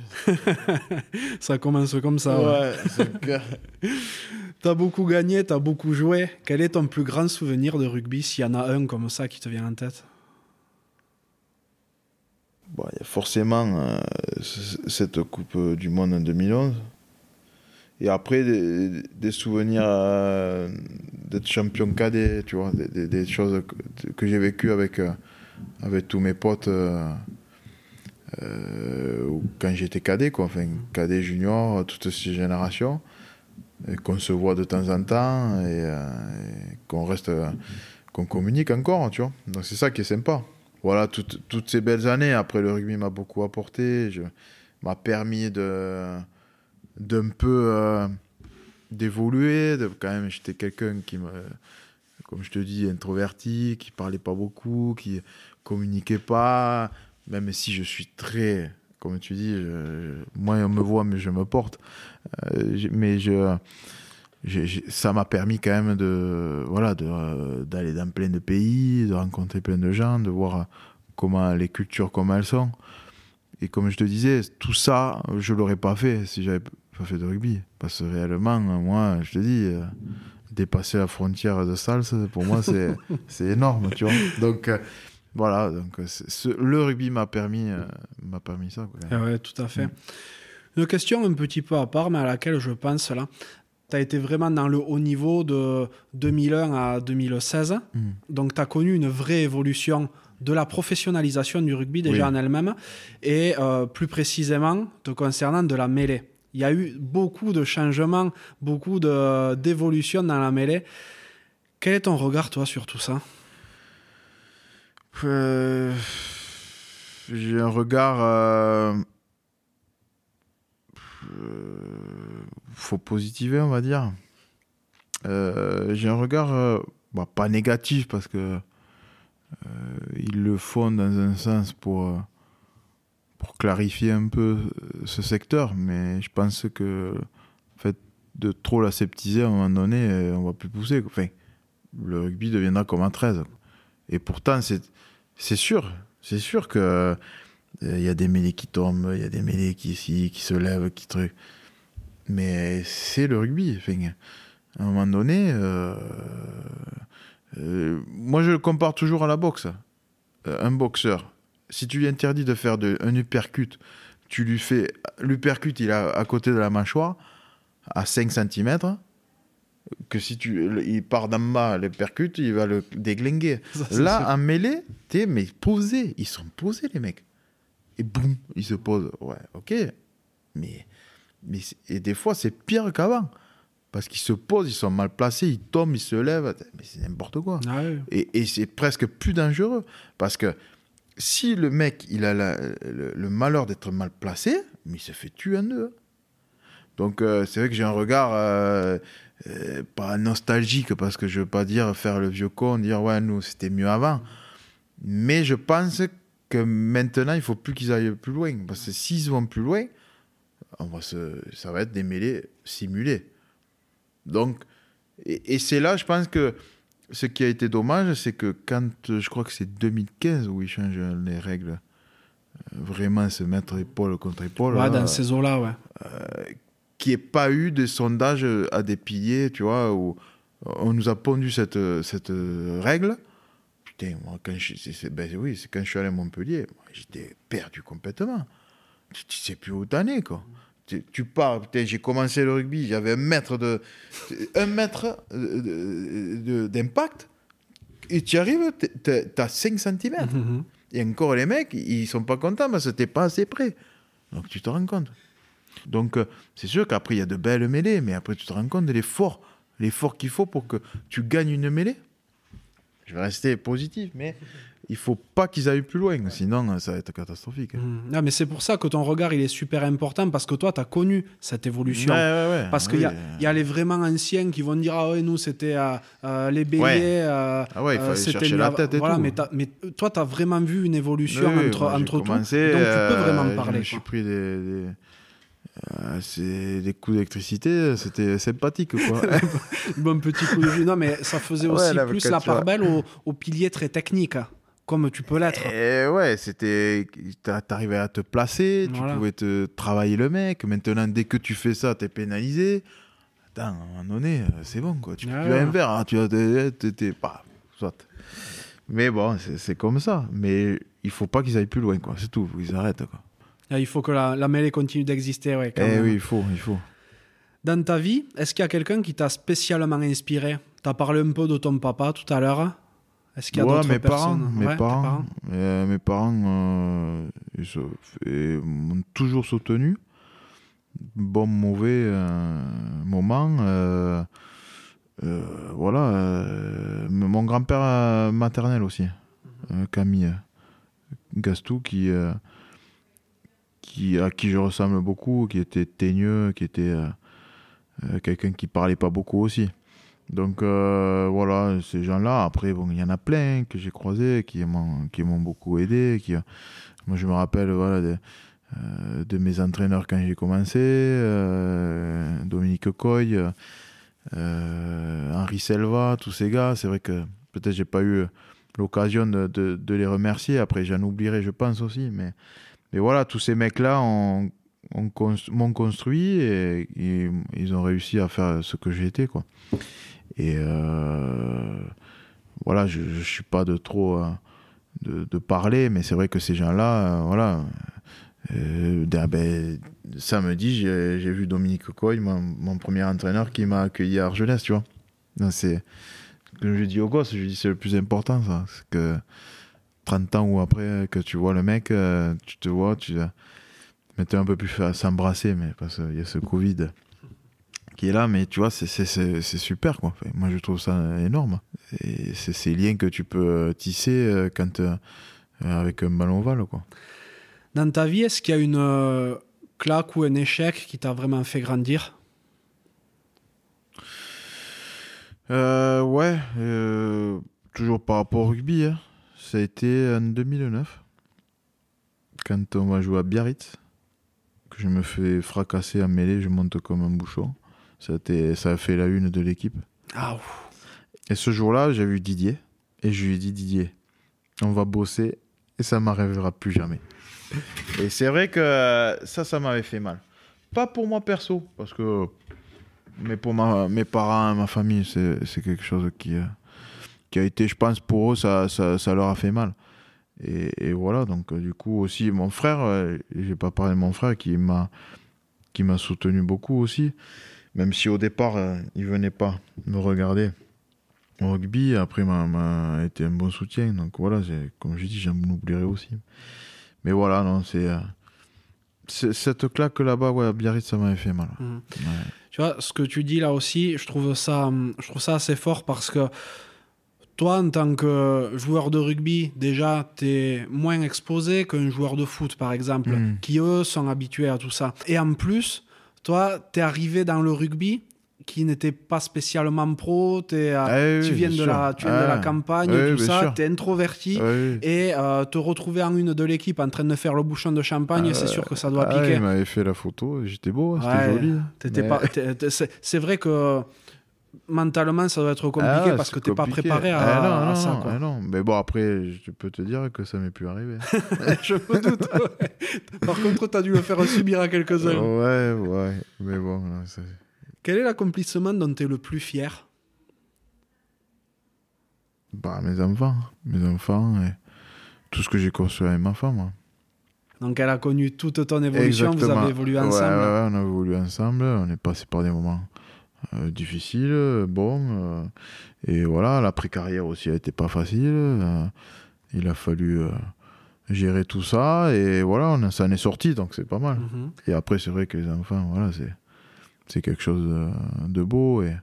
Ça commence comme ça. Ouais, c'est clair. T'as beaucoup gagné, t'as beaucoup joué. Quel est ton plus grand souvenir de rugby, s'il y en a un comme ça qui te vient en tête? Bon, il y a forcément cette Coupe du Monde en 2011. Et après, des souvenirs d'être champion cadet, tu vois, des choses que j'ai vécues avec tous mes potes quand j'étais cadet, quoi. Enfin, cadet, junior, toutes ces générations. Et qu'on se voit de temps en temps et qu'on reste, qu'on communique encore, tu vois. Donc c'est ça qui est sympa. Voilà, toutes ces belles années. Après, le rugby m'a beaucoup apporté. M'a permis d'un peu d'évoluer. Quand même, j'étais quelqu'un comme je te dis, introverti, qui parlait pas beaucoup, qui communiquait pas. Même si je suis très, comme tu dis, moi on me voit, mais je me porte. Ça m'a permis quand même d'aller dans plein de pays, de rencontrer plein de gens, de voir comment les cultures, comment elles sont. Et comme je te disais, tout ça, je l'aurais pas fait si j'avais pas fait de rugby. Parce que réellement, moi, je te dis, dépasser la frontière de Sals, pour moi, c'est énorme, tu vois. Donc, voilà, le rugby m'a permis ça, quoi. Ah ouais, tout à fait. Une question un petit peu à part, mais à laquelle je pense là. Tu as été vraiment dans le haut niveau de 2001 à 2016. Donc, tu as connu une vraie évolution de la professionnalisation du rugby déjà en elle-même et plus précisément te concernant de la mêlée. Il y a eu beaucoup de changements, beaucoup d'évolutions dans la mêlée. Quel est ton regard, toi, sur tout ça ? J'ai un regard... faut positiver, on va dire. J'ai un regard pas négatif parce que ils le font dans un sens pour clarifier un peu ce secteur, mais je pense que en fait, de trop l'aseptiser à un moment donné, on va plus pousser. Enfin, le rugby deviendra comme en 13. Et pourtant, c'est sûr que il y a des mêlées qui tombent, il y a des mêlées qui se lèvent, qui truc. Mais c'est le rugby. Enfin, à un moment donné, moi je le compare toujours à la boxe. Un boxeur, si tu lui interdis de faire un uppercut, tu lui fais... L'uppercut, il est à côté de la mâchoire, à 5 cm, que si il part d'en bas, l'uppercut, il va le déglinguer. Là, en mêlée, mais posés. Ils sont posés, les mecs. Et boum, ils se posent. Ouais, ok. Mais et des fois, c'est pire qu'avant. parce qu'ils se posent, ils sont mal placés, ils tombent, ils se lèvent. Mais c'est n'importe quoi. Ah ouais. Et c'est presque plus dangereux. Parce que si le mec, il a le malheur d'être mal placé, mais il se fait tuer en deux. Donc, c'est vrai que j'ai un regard pas nostalgique, parce que je veux pas dire faire le vieux con, dire ouais, nous, c'était mieux avant. Mais je pense que maintenant, il faut plus qu'ils aillent plus loin. Parce que s'ils vont plus loin, ça va être des mêlées simulées. Donc, et c'est là, je pense que ce qui a été dommage, c'est que quand, je crois que c'est 2015 où ils changent les règles, vraiment se mettre épaule contre épaule. Ouais, là, dans ces eaux-là, ouais. qu'il n'y ait pas eu de sondage à des piliers, tu vois, où on nous a pondu cette règle. Putain, moi, quand c'est quand je suis allé à Montpellier, moi, j'étais perdu complètement. Tu sais plus où t'en es, quoi. Tu pars, putain, j'ai commencé le rugby, j'avais 1 mètre d'impact, et tu arrives, t'as 5 cm. Et encore, les mecs, ils sont pas contents parce que t'es pas assez près. Donc, tu te rends compte. Donc, c'est sûr qu'après, il y a de belles mêlées, mais après, tu te rends compte de l'effort qu'il faut pour que tu gagnes une mêlée. Je vais rester positif, mais il faut pas qu'ils aillent plus loin, sinon ça va être catastrophique. Non, mais c'est pour ça que ton regard il est super important, parce que toi tu as connu cette évolution. Ouais. Parce qu'il y a les vraiment anciens qui vont dire ah ouais, nous c'était les béliers. Ouais. Il fallait chercher la tête et voilà, tout. Mais toi tu as vraiment vu une évolution entre tout. Donc tu peux vraiment parler. Je me suis pris des coups d'électricité, c'était sympathique, quoi. Bon petit coup de jus. Non, mais ça faisait aussi plus la part belle aux piliers très techniques, comme tu peux l'être. Et ouais, t'arrivais à te placer, tu pouvais te travailler le mec. Maintenant, dès que tu fais ça, t'es pénalisé. Attends, à un moment donné, c'est bon, quoi. Tu peux plus rien faire, hein. T'es pas... Soit. Mais bon, c'est comme ça. Mais il faut pas qu'ils aillent plus loin, quoi. C'est tout, ils arrêtent, quoi. Il faut que la mêlée continue d'exister, ouais, quand même. Oui, il faut. Dans ta vie, est-ce qu'il y a quelqu'un qui t'a spécialement inspiré ? Tu as parlé un peu de ton papa tout à l'heure. Est-ce qu'il y a d'autres personnes ? Mes parents ils m'ont toujours soutenu. Bon, mauvais moment. Voilà. Mon grand-père maternel aussi, Camille Gastou, à qui je ressemble beaucoup, qui était teigneux, qui était quelqu'un qui parlait pas beaucoup aussi. Donc voilà, ces gens-là. Après, bon, il y en a plein que j'ai croisés, qui m'ont beaucoup aidé. Moi, je me rappelle de mes entraîneurs quand j'ai commencé, Dominique Coy, Henri Selva, tous ces gars. C'est vrai que peut-être j'ai pas eu l'occasion de les remercier. Après, j'en oublierai, je pense aussi, mais voilà, tous ces mecs-là m'ont construit et ils ont réussi à faire ce que j'ai été, quoi. Et voilà, je suis pas de trop de parler, mais c'est vrai que ces gens-là, voilà. Samedi, j'ai vu Dominique Coy, mon premier entraîneur, qui m'a accueilli à Argelès, tu vois. Donc, comme je dis aux gosses, je dis c'est le plus important, ça. C'est que 30 ans ou après que tu vois le mec, tu te vois, tu mettais un peu plus à s'embrasser, mais parce qu'il y a ce Covid qui est là, mais tu vois, c'est super, quoi. Enfin, moi, je trouve ça énorme. Et c'est ces liens que tu peux tisser avec un ballon ovale, quoi. Dans ta vie, est-ce qu'il y a une claque ou un échec qui t'a vraiment fait grandir ? Ouais, toujours par rapport au rugby, hein. Ça a été en 2009, quand on va jouer à Biarritz, que je me fais fracasser en mêlée, je monte comme un bouchon. Ça a fait la une de l'équipe. Ah, ouf. Et ce jour-là, j'ai vu Didier, et je lui ai dit, Didier, on va bosser, et ça ne m'arrivera plus jamais. Et c'est vrai que ça m'avait fait mal. Pas pour moi perso, mais pour mes parents, ma famille, c'est quelque chose qui a été, je pense, pour eux, ça leur a fait mal. Et voilà, donc du coup aussi, mon frère, j'ai pas parlé de mon frère, qui m'a soutenu beaucoup aussi, même si au départ, il venait pas me regarder au rugby. Après, m'a été un bon soutien, donc voilà, comme je dis, j'en oublierai aussi. Mais voilà, non, c'est cette claque là-bas, ouais, à Biarritz, ça m'avait fait mal. Mmh. Ouais. Tu vois, ce que tu dis là aussi, je trouve ça assez fort parce que toi, en tant que joueur de rugby, déjà, tu es moins exposé qu'un joueur de foot, par exemple, qui, eux, sont habitués à tout ça. Et en plus, toi, tu es arrivé dans le rugby qui n'était pas spécialement pro, tu viens de la campagne, tout ça, tu es introverti, et te retrouver en une de l'équipe en train de faire le bouchon de champagne, c'est sûr que ça doit piquer. Il m'avait fait la photo, j'étais beau, c'était joli. C'est vrai que mentalement, ça doit être compliqué parce que tu n'es pas préparé à ça. Quoi. Non. Mais bon, après, je peux te dire que ça m'est plus arrivé. Je me doute. Ouais. Par contre, tu as dû le faire subir à quelques-uns. Ouais. Mais bon, là, c'est... Quel est l'accomplissement dont tu es le plus fier? Mes enfants et tout ce que j'ai construit avec ma femme. Moi. Donc elle a connu toute ton évolution, Exactement. Vous avez évolué ensemble. Ouais, on a évolué ensemble, on est passé par des moments difficiles, et voilà, l'après-carrière aussi a été pas facile, il a fallu gérer tout ça, et voilà, ça en est sorti, donc c'est pas mal. Et après, c'est vrai que les enfants, voilà, c'est quelque chose de beau, et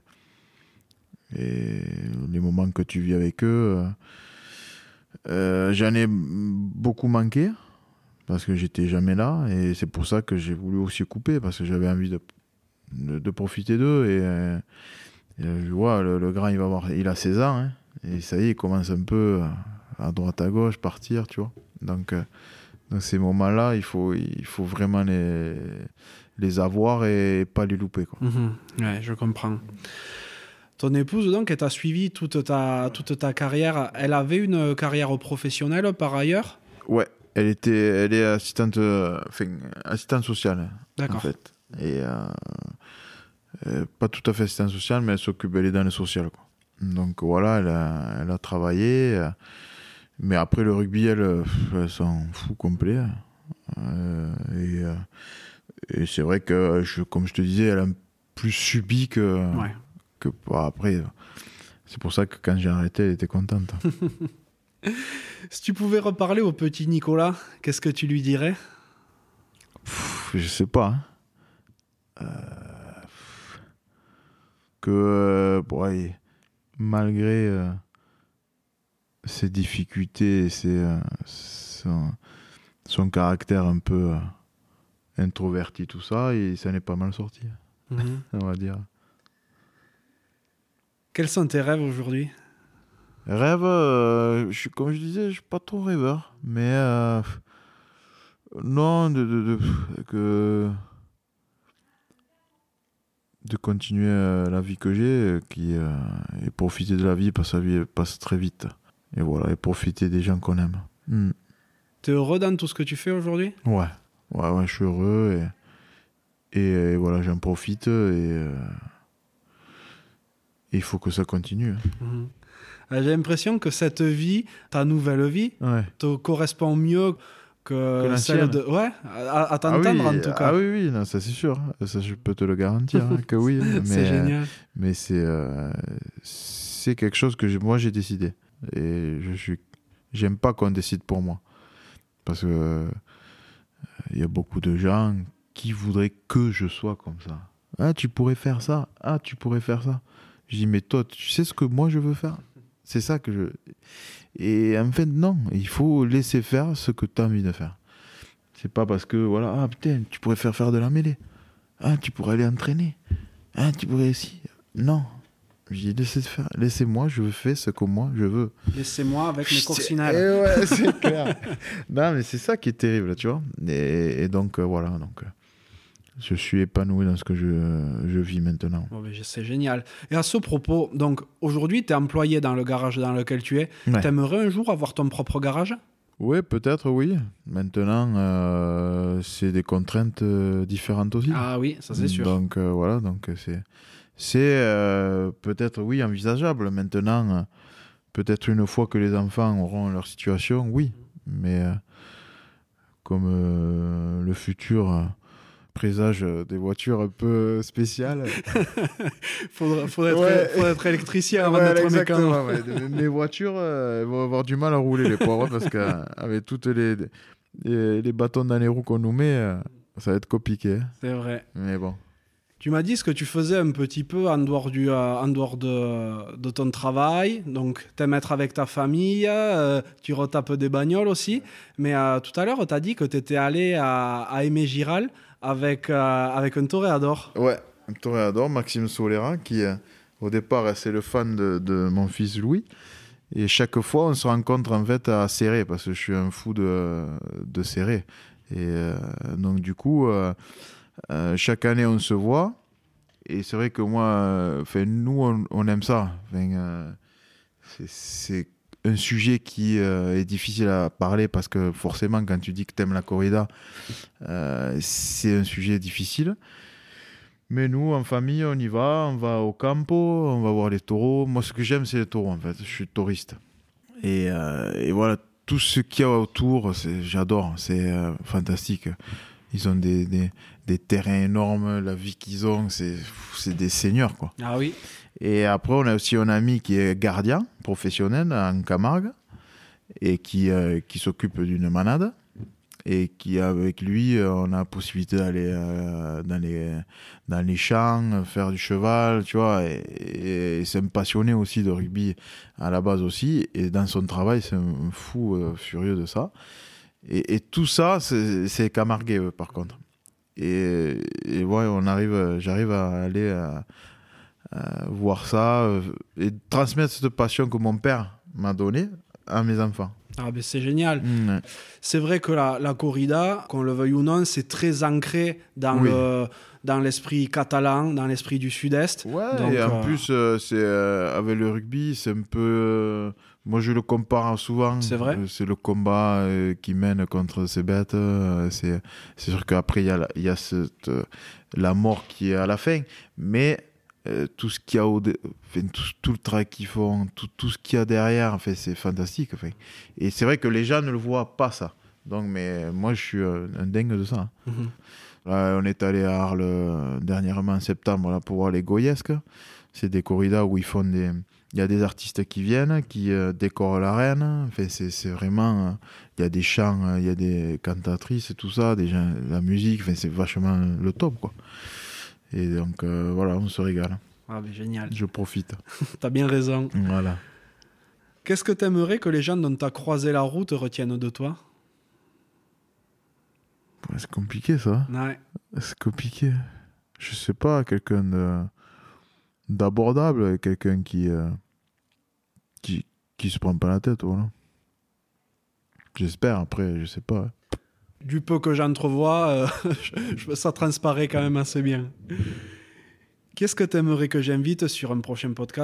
les moments que tu vis avec eux, j'en ai beaucoup manqué parce que j'étais jamais là, et c'est pour ça que j'ai voulu aussi couper, parce que j'avais envie de profiter d'eux, et je vois le grand, il a 16 ans, hein, et ça y est, il commence un peu à droite à gauche partir, tu vois, donc dans ces moments-là, il faut vraiment les avoir et pas les louper, quoi. Ouais, je comprends. Ton épouse, donc, elle t'a suivi toute ta carrière. Elle avait une carrière professionnelle par ailleurs? Ouais, elle est assistante sociale. D'accord. En fait. Et pas tout à fait assistante sociale, mais elle est dans le social, quoi. Donc voilà, elle a travaillé. Mais après le rugby, elle s'en fout complet. Et c'est vrai que, comme je te disais, elle a plus subi que... Ouais. Après, c'est pour ça que quand j'ai arrêté, elle était contente. Si tu pouvais reparler au petit Nicolas, qu'est-ce que tu lui dirais? Je sais pas. Que malgré ses difficultés et son caractère un peu introverti, tout ça, et ça n'est pas mal sorti, on va dire. Quels sont tes rêves aujourd'hui? Rêve, comme je disais, je suis pas trop rêveur, mais non, de continuer la vie que j'ai, et profiter de la vie, parce que la vie passe très vite. Et voilà, et profiter des gens qu'on aime. T'es heureux dans tout ce que tu fais aujourd'hui? Ouais, je suis heureux, et voilà, j'en profite, et il faut que ça continue. J'ai l'impression que cette vie, ta nouvelle vie, te correspond mieux que celle de... Ouais, à t'entendre en tout cas. Ah oui, non, ça c'est sûr. Ça, je peux te le garantir, que oui. C'est génial. Mais c'est quelque chose que moi j'ai décidé. Et j'aime pas qu'on décide pour moi. Parce que il y a beaucoup de gens qui voudraient que je sois comme ça. Ah, tu pourrais faire ça. Ah, tu pourrais faire ça. Je dis, mais toi, tu sais ce que moi je veux faire? C'est ça que je... Et en fait, non. Il faut laisser faire ce que tu as envie de faire. C'est pas parce que, voilà, ah putain, tu pourrais faire de la mêlée. Ah, tu pourrais aller entraîner. Ah, tu pourrais aussi... Non. Je dis, laissez-moi, je fais ce que moi je veux. Laissez-moi avec mes coccinelles. Ouais, c'est clair. Non, mais c'est ça qui est terrible, tu vois. Et donc, voilà, donc... Je suis épanoui dans ce que je vis maintenant. Bon, c'est génial. Et à ce propos, donc aujourd'hui, tu es employé dans le garage dans lequel tu es. Ouais. Tu aimerais un jour avoir ton propre garage? Oui, peut-être, oui. Maintenant, c'est des contraintes différentes aussi. Ah oui, ça c'est sûr. Donc voilà, donc c'est peut-être, oui, envisageable. Maintenant, peut-être une fois que les enfants auront leur situation, oui. Mais comme le futur... présage des voitures un peu spéciales. faudrait être électricien avant d'être mécano. Mes voitures vont avoir du mal à rouler, les pauvres, parce qu'avec toutes les bâtons dans les roues qu'on nous met, ça va être compliqué. C'est vrai. Mais bon. Tu m'as dit ce que tu faisais un petit peu en dehors, en dehors de ton travail. Donc, t'aimes être avec ta famille, tu retapes des bagnoles aussi. Mais tout à l'heure, tu as dit que tu étais allé à Aimé-Giral avec un toréador. Ouais, un toréador, Maxime Solera, qui au départ c'est le fan de mon fils Louis. Et chaque fois, on se rencontre en fait à Céré, parce que je suis un fou de Céré. Et donc du coup, chaque année on se voit. Et c'est vrai que moi, nous on aime ça. C'est un sujet qui est difficile à parler, parce que forcément quand tu dis que t'aimes la corrida, c'est un sujet difficile. Mais nous, en famille, on y va, on va au campo, on va voir les taureaux. Moi, ce que j'aime, c'est les taureaux, en fait. Je suis tauriste. Et voilà, tout ce qu'il y a autour, j'adore. C'est fantastique. Ils ont des terrains énormes, la vie qu'ils ont, c'est des seigneurs, quoi. Ah oui. Et après, on a aussi un ami qui est gardien professionnel en Camargue et qui s'occupe d'une manade. Et qui, avec lui, on a la possibilité d'aller dans les champs, faire du cheval, tu vois. Et c'est un passionné aussi de rugby à la base aussi. Et dans son travail, c'est un fou furieux de ça. Et tout ça, c'est camarguais, par contre. Et ouais, j'arrive à aller voir ça et transmettre cette passion que mon père m'a donnée à mes enfants. Ah ben c'est génial. Ouais. C'est vrai que la corrida, qu'on le veuille ou non, c'est très ancré dans l'esprit catalan, dans l'esprit du Sud-Est. Ouais, donc, et en plus, avec le rugby, c'est un peu... moi, je le compare souvent. C'est vrai. C'est le combat qui mène contre ces bêtes. C'est sûr qu'après, il y a la mort qui est à la fin. Mais tout ce qu'il y a tout le travail qu'ils font, tout ce qu'il y a derrière, c'est fantastique. Et c'est vrai que les gens ne le voient pas, ça. Donc, mais moi, je suis un dingue de ça. Mm-hmm. Là, on est allé à Arles dernièrement en septembre là, pour voir les Goyesques. C'est des corridas où il y a des artistes qui viennent, qui décorent l'arène. C'est vraiment... il y a des chants, il y a des cantatrices et tout ça, la musique. C'est vachement le top, quoi. Et donc, voilà, on se régale. Ah ben génial. Je profite. T'as bien raison. Voilà. Qu'est-ce que t'aimerais que les gens dont t'as croisé la route retiennent de toi ? Ouais, c'est compliqué, ça. Ouais. C'est compliqué. Je sais pas, quelqu'un d'abordable, quelqu'un qui se prend pas la tête, voilà. J'espère, après, je sais pas. Du peu que j'entrevois, ça transparaît quand même assez bien. Qu'est-ce que t'aimerais que j'invite sur un prochain podcast ?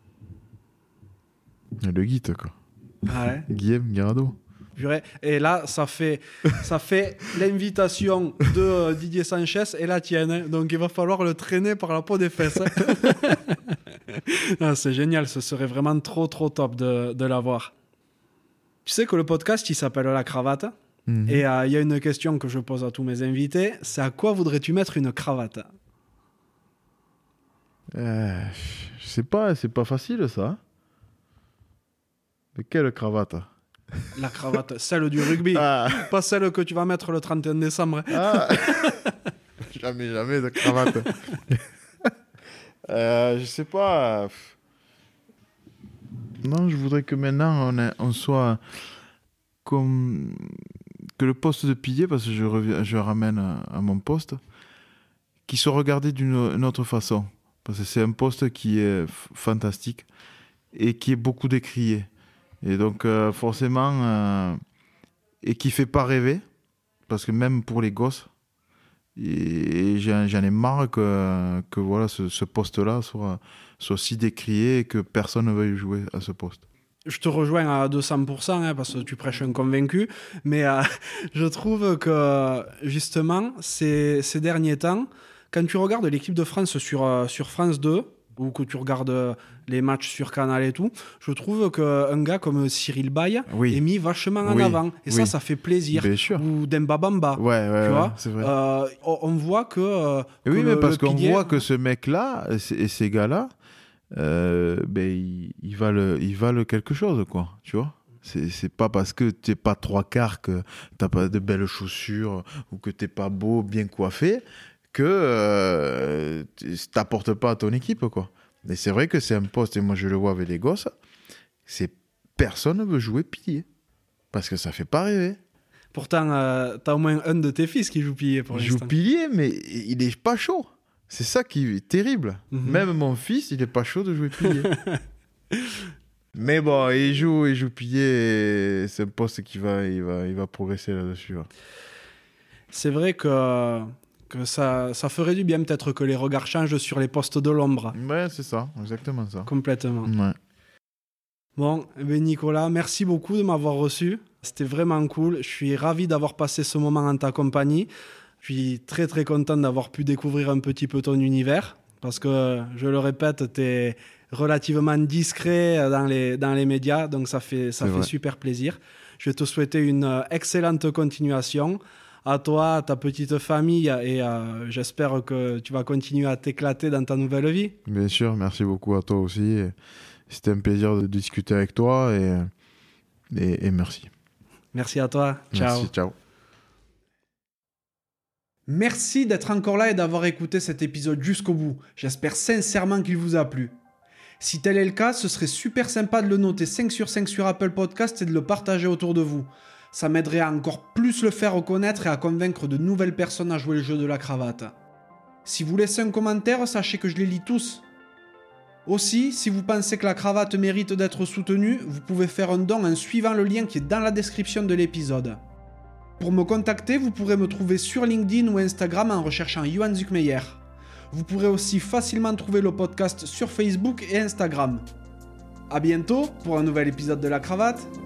Le guide, quoi. Ouais. Guillaume Guirado. Purée. Et là, ça fait l'invitation de Didier Sanchez et la tienne. Hein. Donc, il va falloir le traîner par la peau des fesses. Ah, c'est génial. Ce serait vraiment trop, trop top de l'avoir. Tu sais que le podcast, il s'appelle La Cravate. Mm-hmm. Et il y a une question que je pose à tous mes invités. C'est à quoi voudrais-tu mettre une cravate ? Je sais pas, c'est pas facile, ça. Mais quelle cravate ? La cravate, celle du rugby. Ah. Pas celle que tu vas mettre le 31 décembre. Ah. Jamais de cravate. Je sais pas. Non, je voudrais que maintenant on soit comme que le poste de pilier, parce que je ramène à mon poste, qui soit regardé d'une autre façon, parce que c'est un poste qui est fantastique et qui est beaucoup décrié, et donc forcément et qui fait pas rêver, parce que même pour les gosses, et j'en ai marre que voilà, ce poste-là soit si décrié et que personne ne veuille jouer à ce poste. Je te rejoins à 200%, hein, parce que tu prêches un convaincu, mais je trouve que justement, ces derniers temps, quand tu regardes l'équipe de France sur France 2, ou que tu regardes les matchs sur Canal et tout, je trouve qu'un gars comme Cyril Baye est mis vachement en avant. Et ça fait plaisir. Bien sûr. Ou Demba Bamba. Ouais, tu vois, c'est vrai. On voit que oui, mais parce qu'on pilier... voit que ce mec-là et ces gars-là, ils valent quelque chose, quoi. Tu vois ? C'est pas parce que t'es pas trois quarts, que t'as pas de belles chaussures ou que t'es pas beau, bien coiffé, que t'apportes pas à ton équipe, quoi. Et c'est vrai que c'est un poste, et moi je le vois avec les gosses, personne ne veut jouer pilier. Parce que ça fait pas rêver. Pourtant, t'as au moins un de tes fils qui joue pilier pour l'instant. Il joue pilier, mais il est pas chaud. C'est ça qui est terrible. Même mon fils, il est pas chaud de jouer pilier. Mais bon, il joue pilier, et c'est un poste qui il va progresser là-dessus. Hein. C'est vrai que ça ferait du bien peut-être que les regards changent sur les postes de l'ombre. Ouais, c'est ça, exactement ça. Complètement. Ouais. Bon, Nicolas, merci beaucoup de m'avoir reçu. C'était vraiment cool. Je suis ravi d'avoir passé ce moment en ta compagnie. Je suis très très content d'avoir pu découvrir un petit peu ton univers. Parce que, je le répète, tu es relativement discret dans les médias. Donc ça fait super plaisir. Je vais te souhaiter une excellente continuation. À toi, à ta petite famille. Et j'espère que tu vas continuer à t'éclater dans ta nouvelle vie. Bien sûr, merci beaucoup à toi aussi. C'était un plaisir de discuter avec toi et merci. Merci à toi. Ciao. Merci, ciao. Merci d'être encore là et d'avoir écouté cet épisode jusqu'au bout. J'espère sincèrement qu'il vous a plu. Si tel est le cas, ce serait super sympa de le noter 5 sur 5 sur Apple Podcast et de le partager autour de vous. Ça m'aiderait à encore plus le faire reconnaître et à convaincre de nouvelles personnes à jouer le jeu de la cravate. Si vous laissez un commentaire, sachez que je les lis tous. Aussi, si vous pensez que la cravate mérite d'être soutenue, vous pouvez faire un don en suivant le lien qui est dans la description de l'épisode. Pour me contacter, vous pourrez me trouver sur LinkedIn ou Instagram en recherchant Johan Zuckmeyer. Vous pourrez aussi facilement trouver le podcast sur Facebook et Instagram. A bientôt pour un nouvel épisode de La Cravate.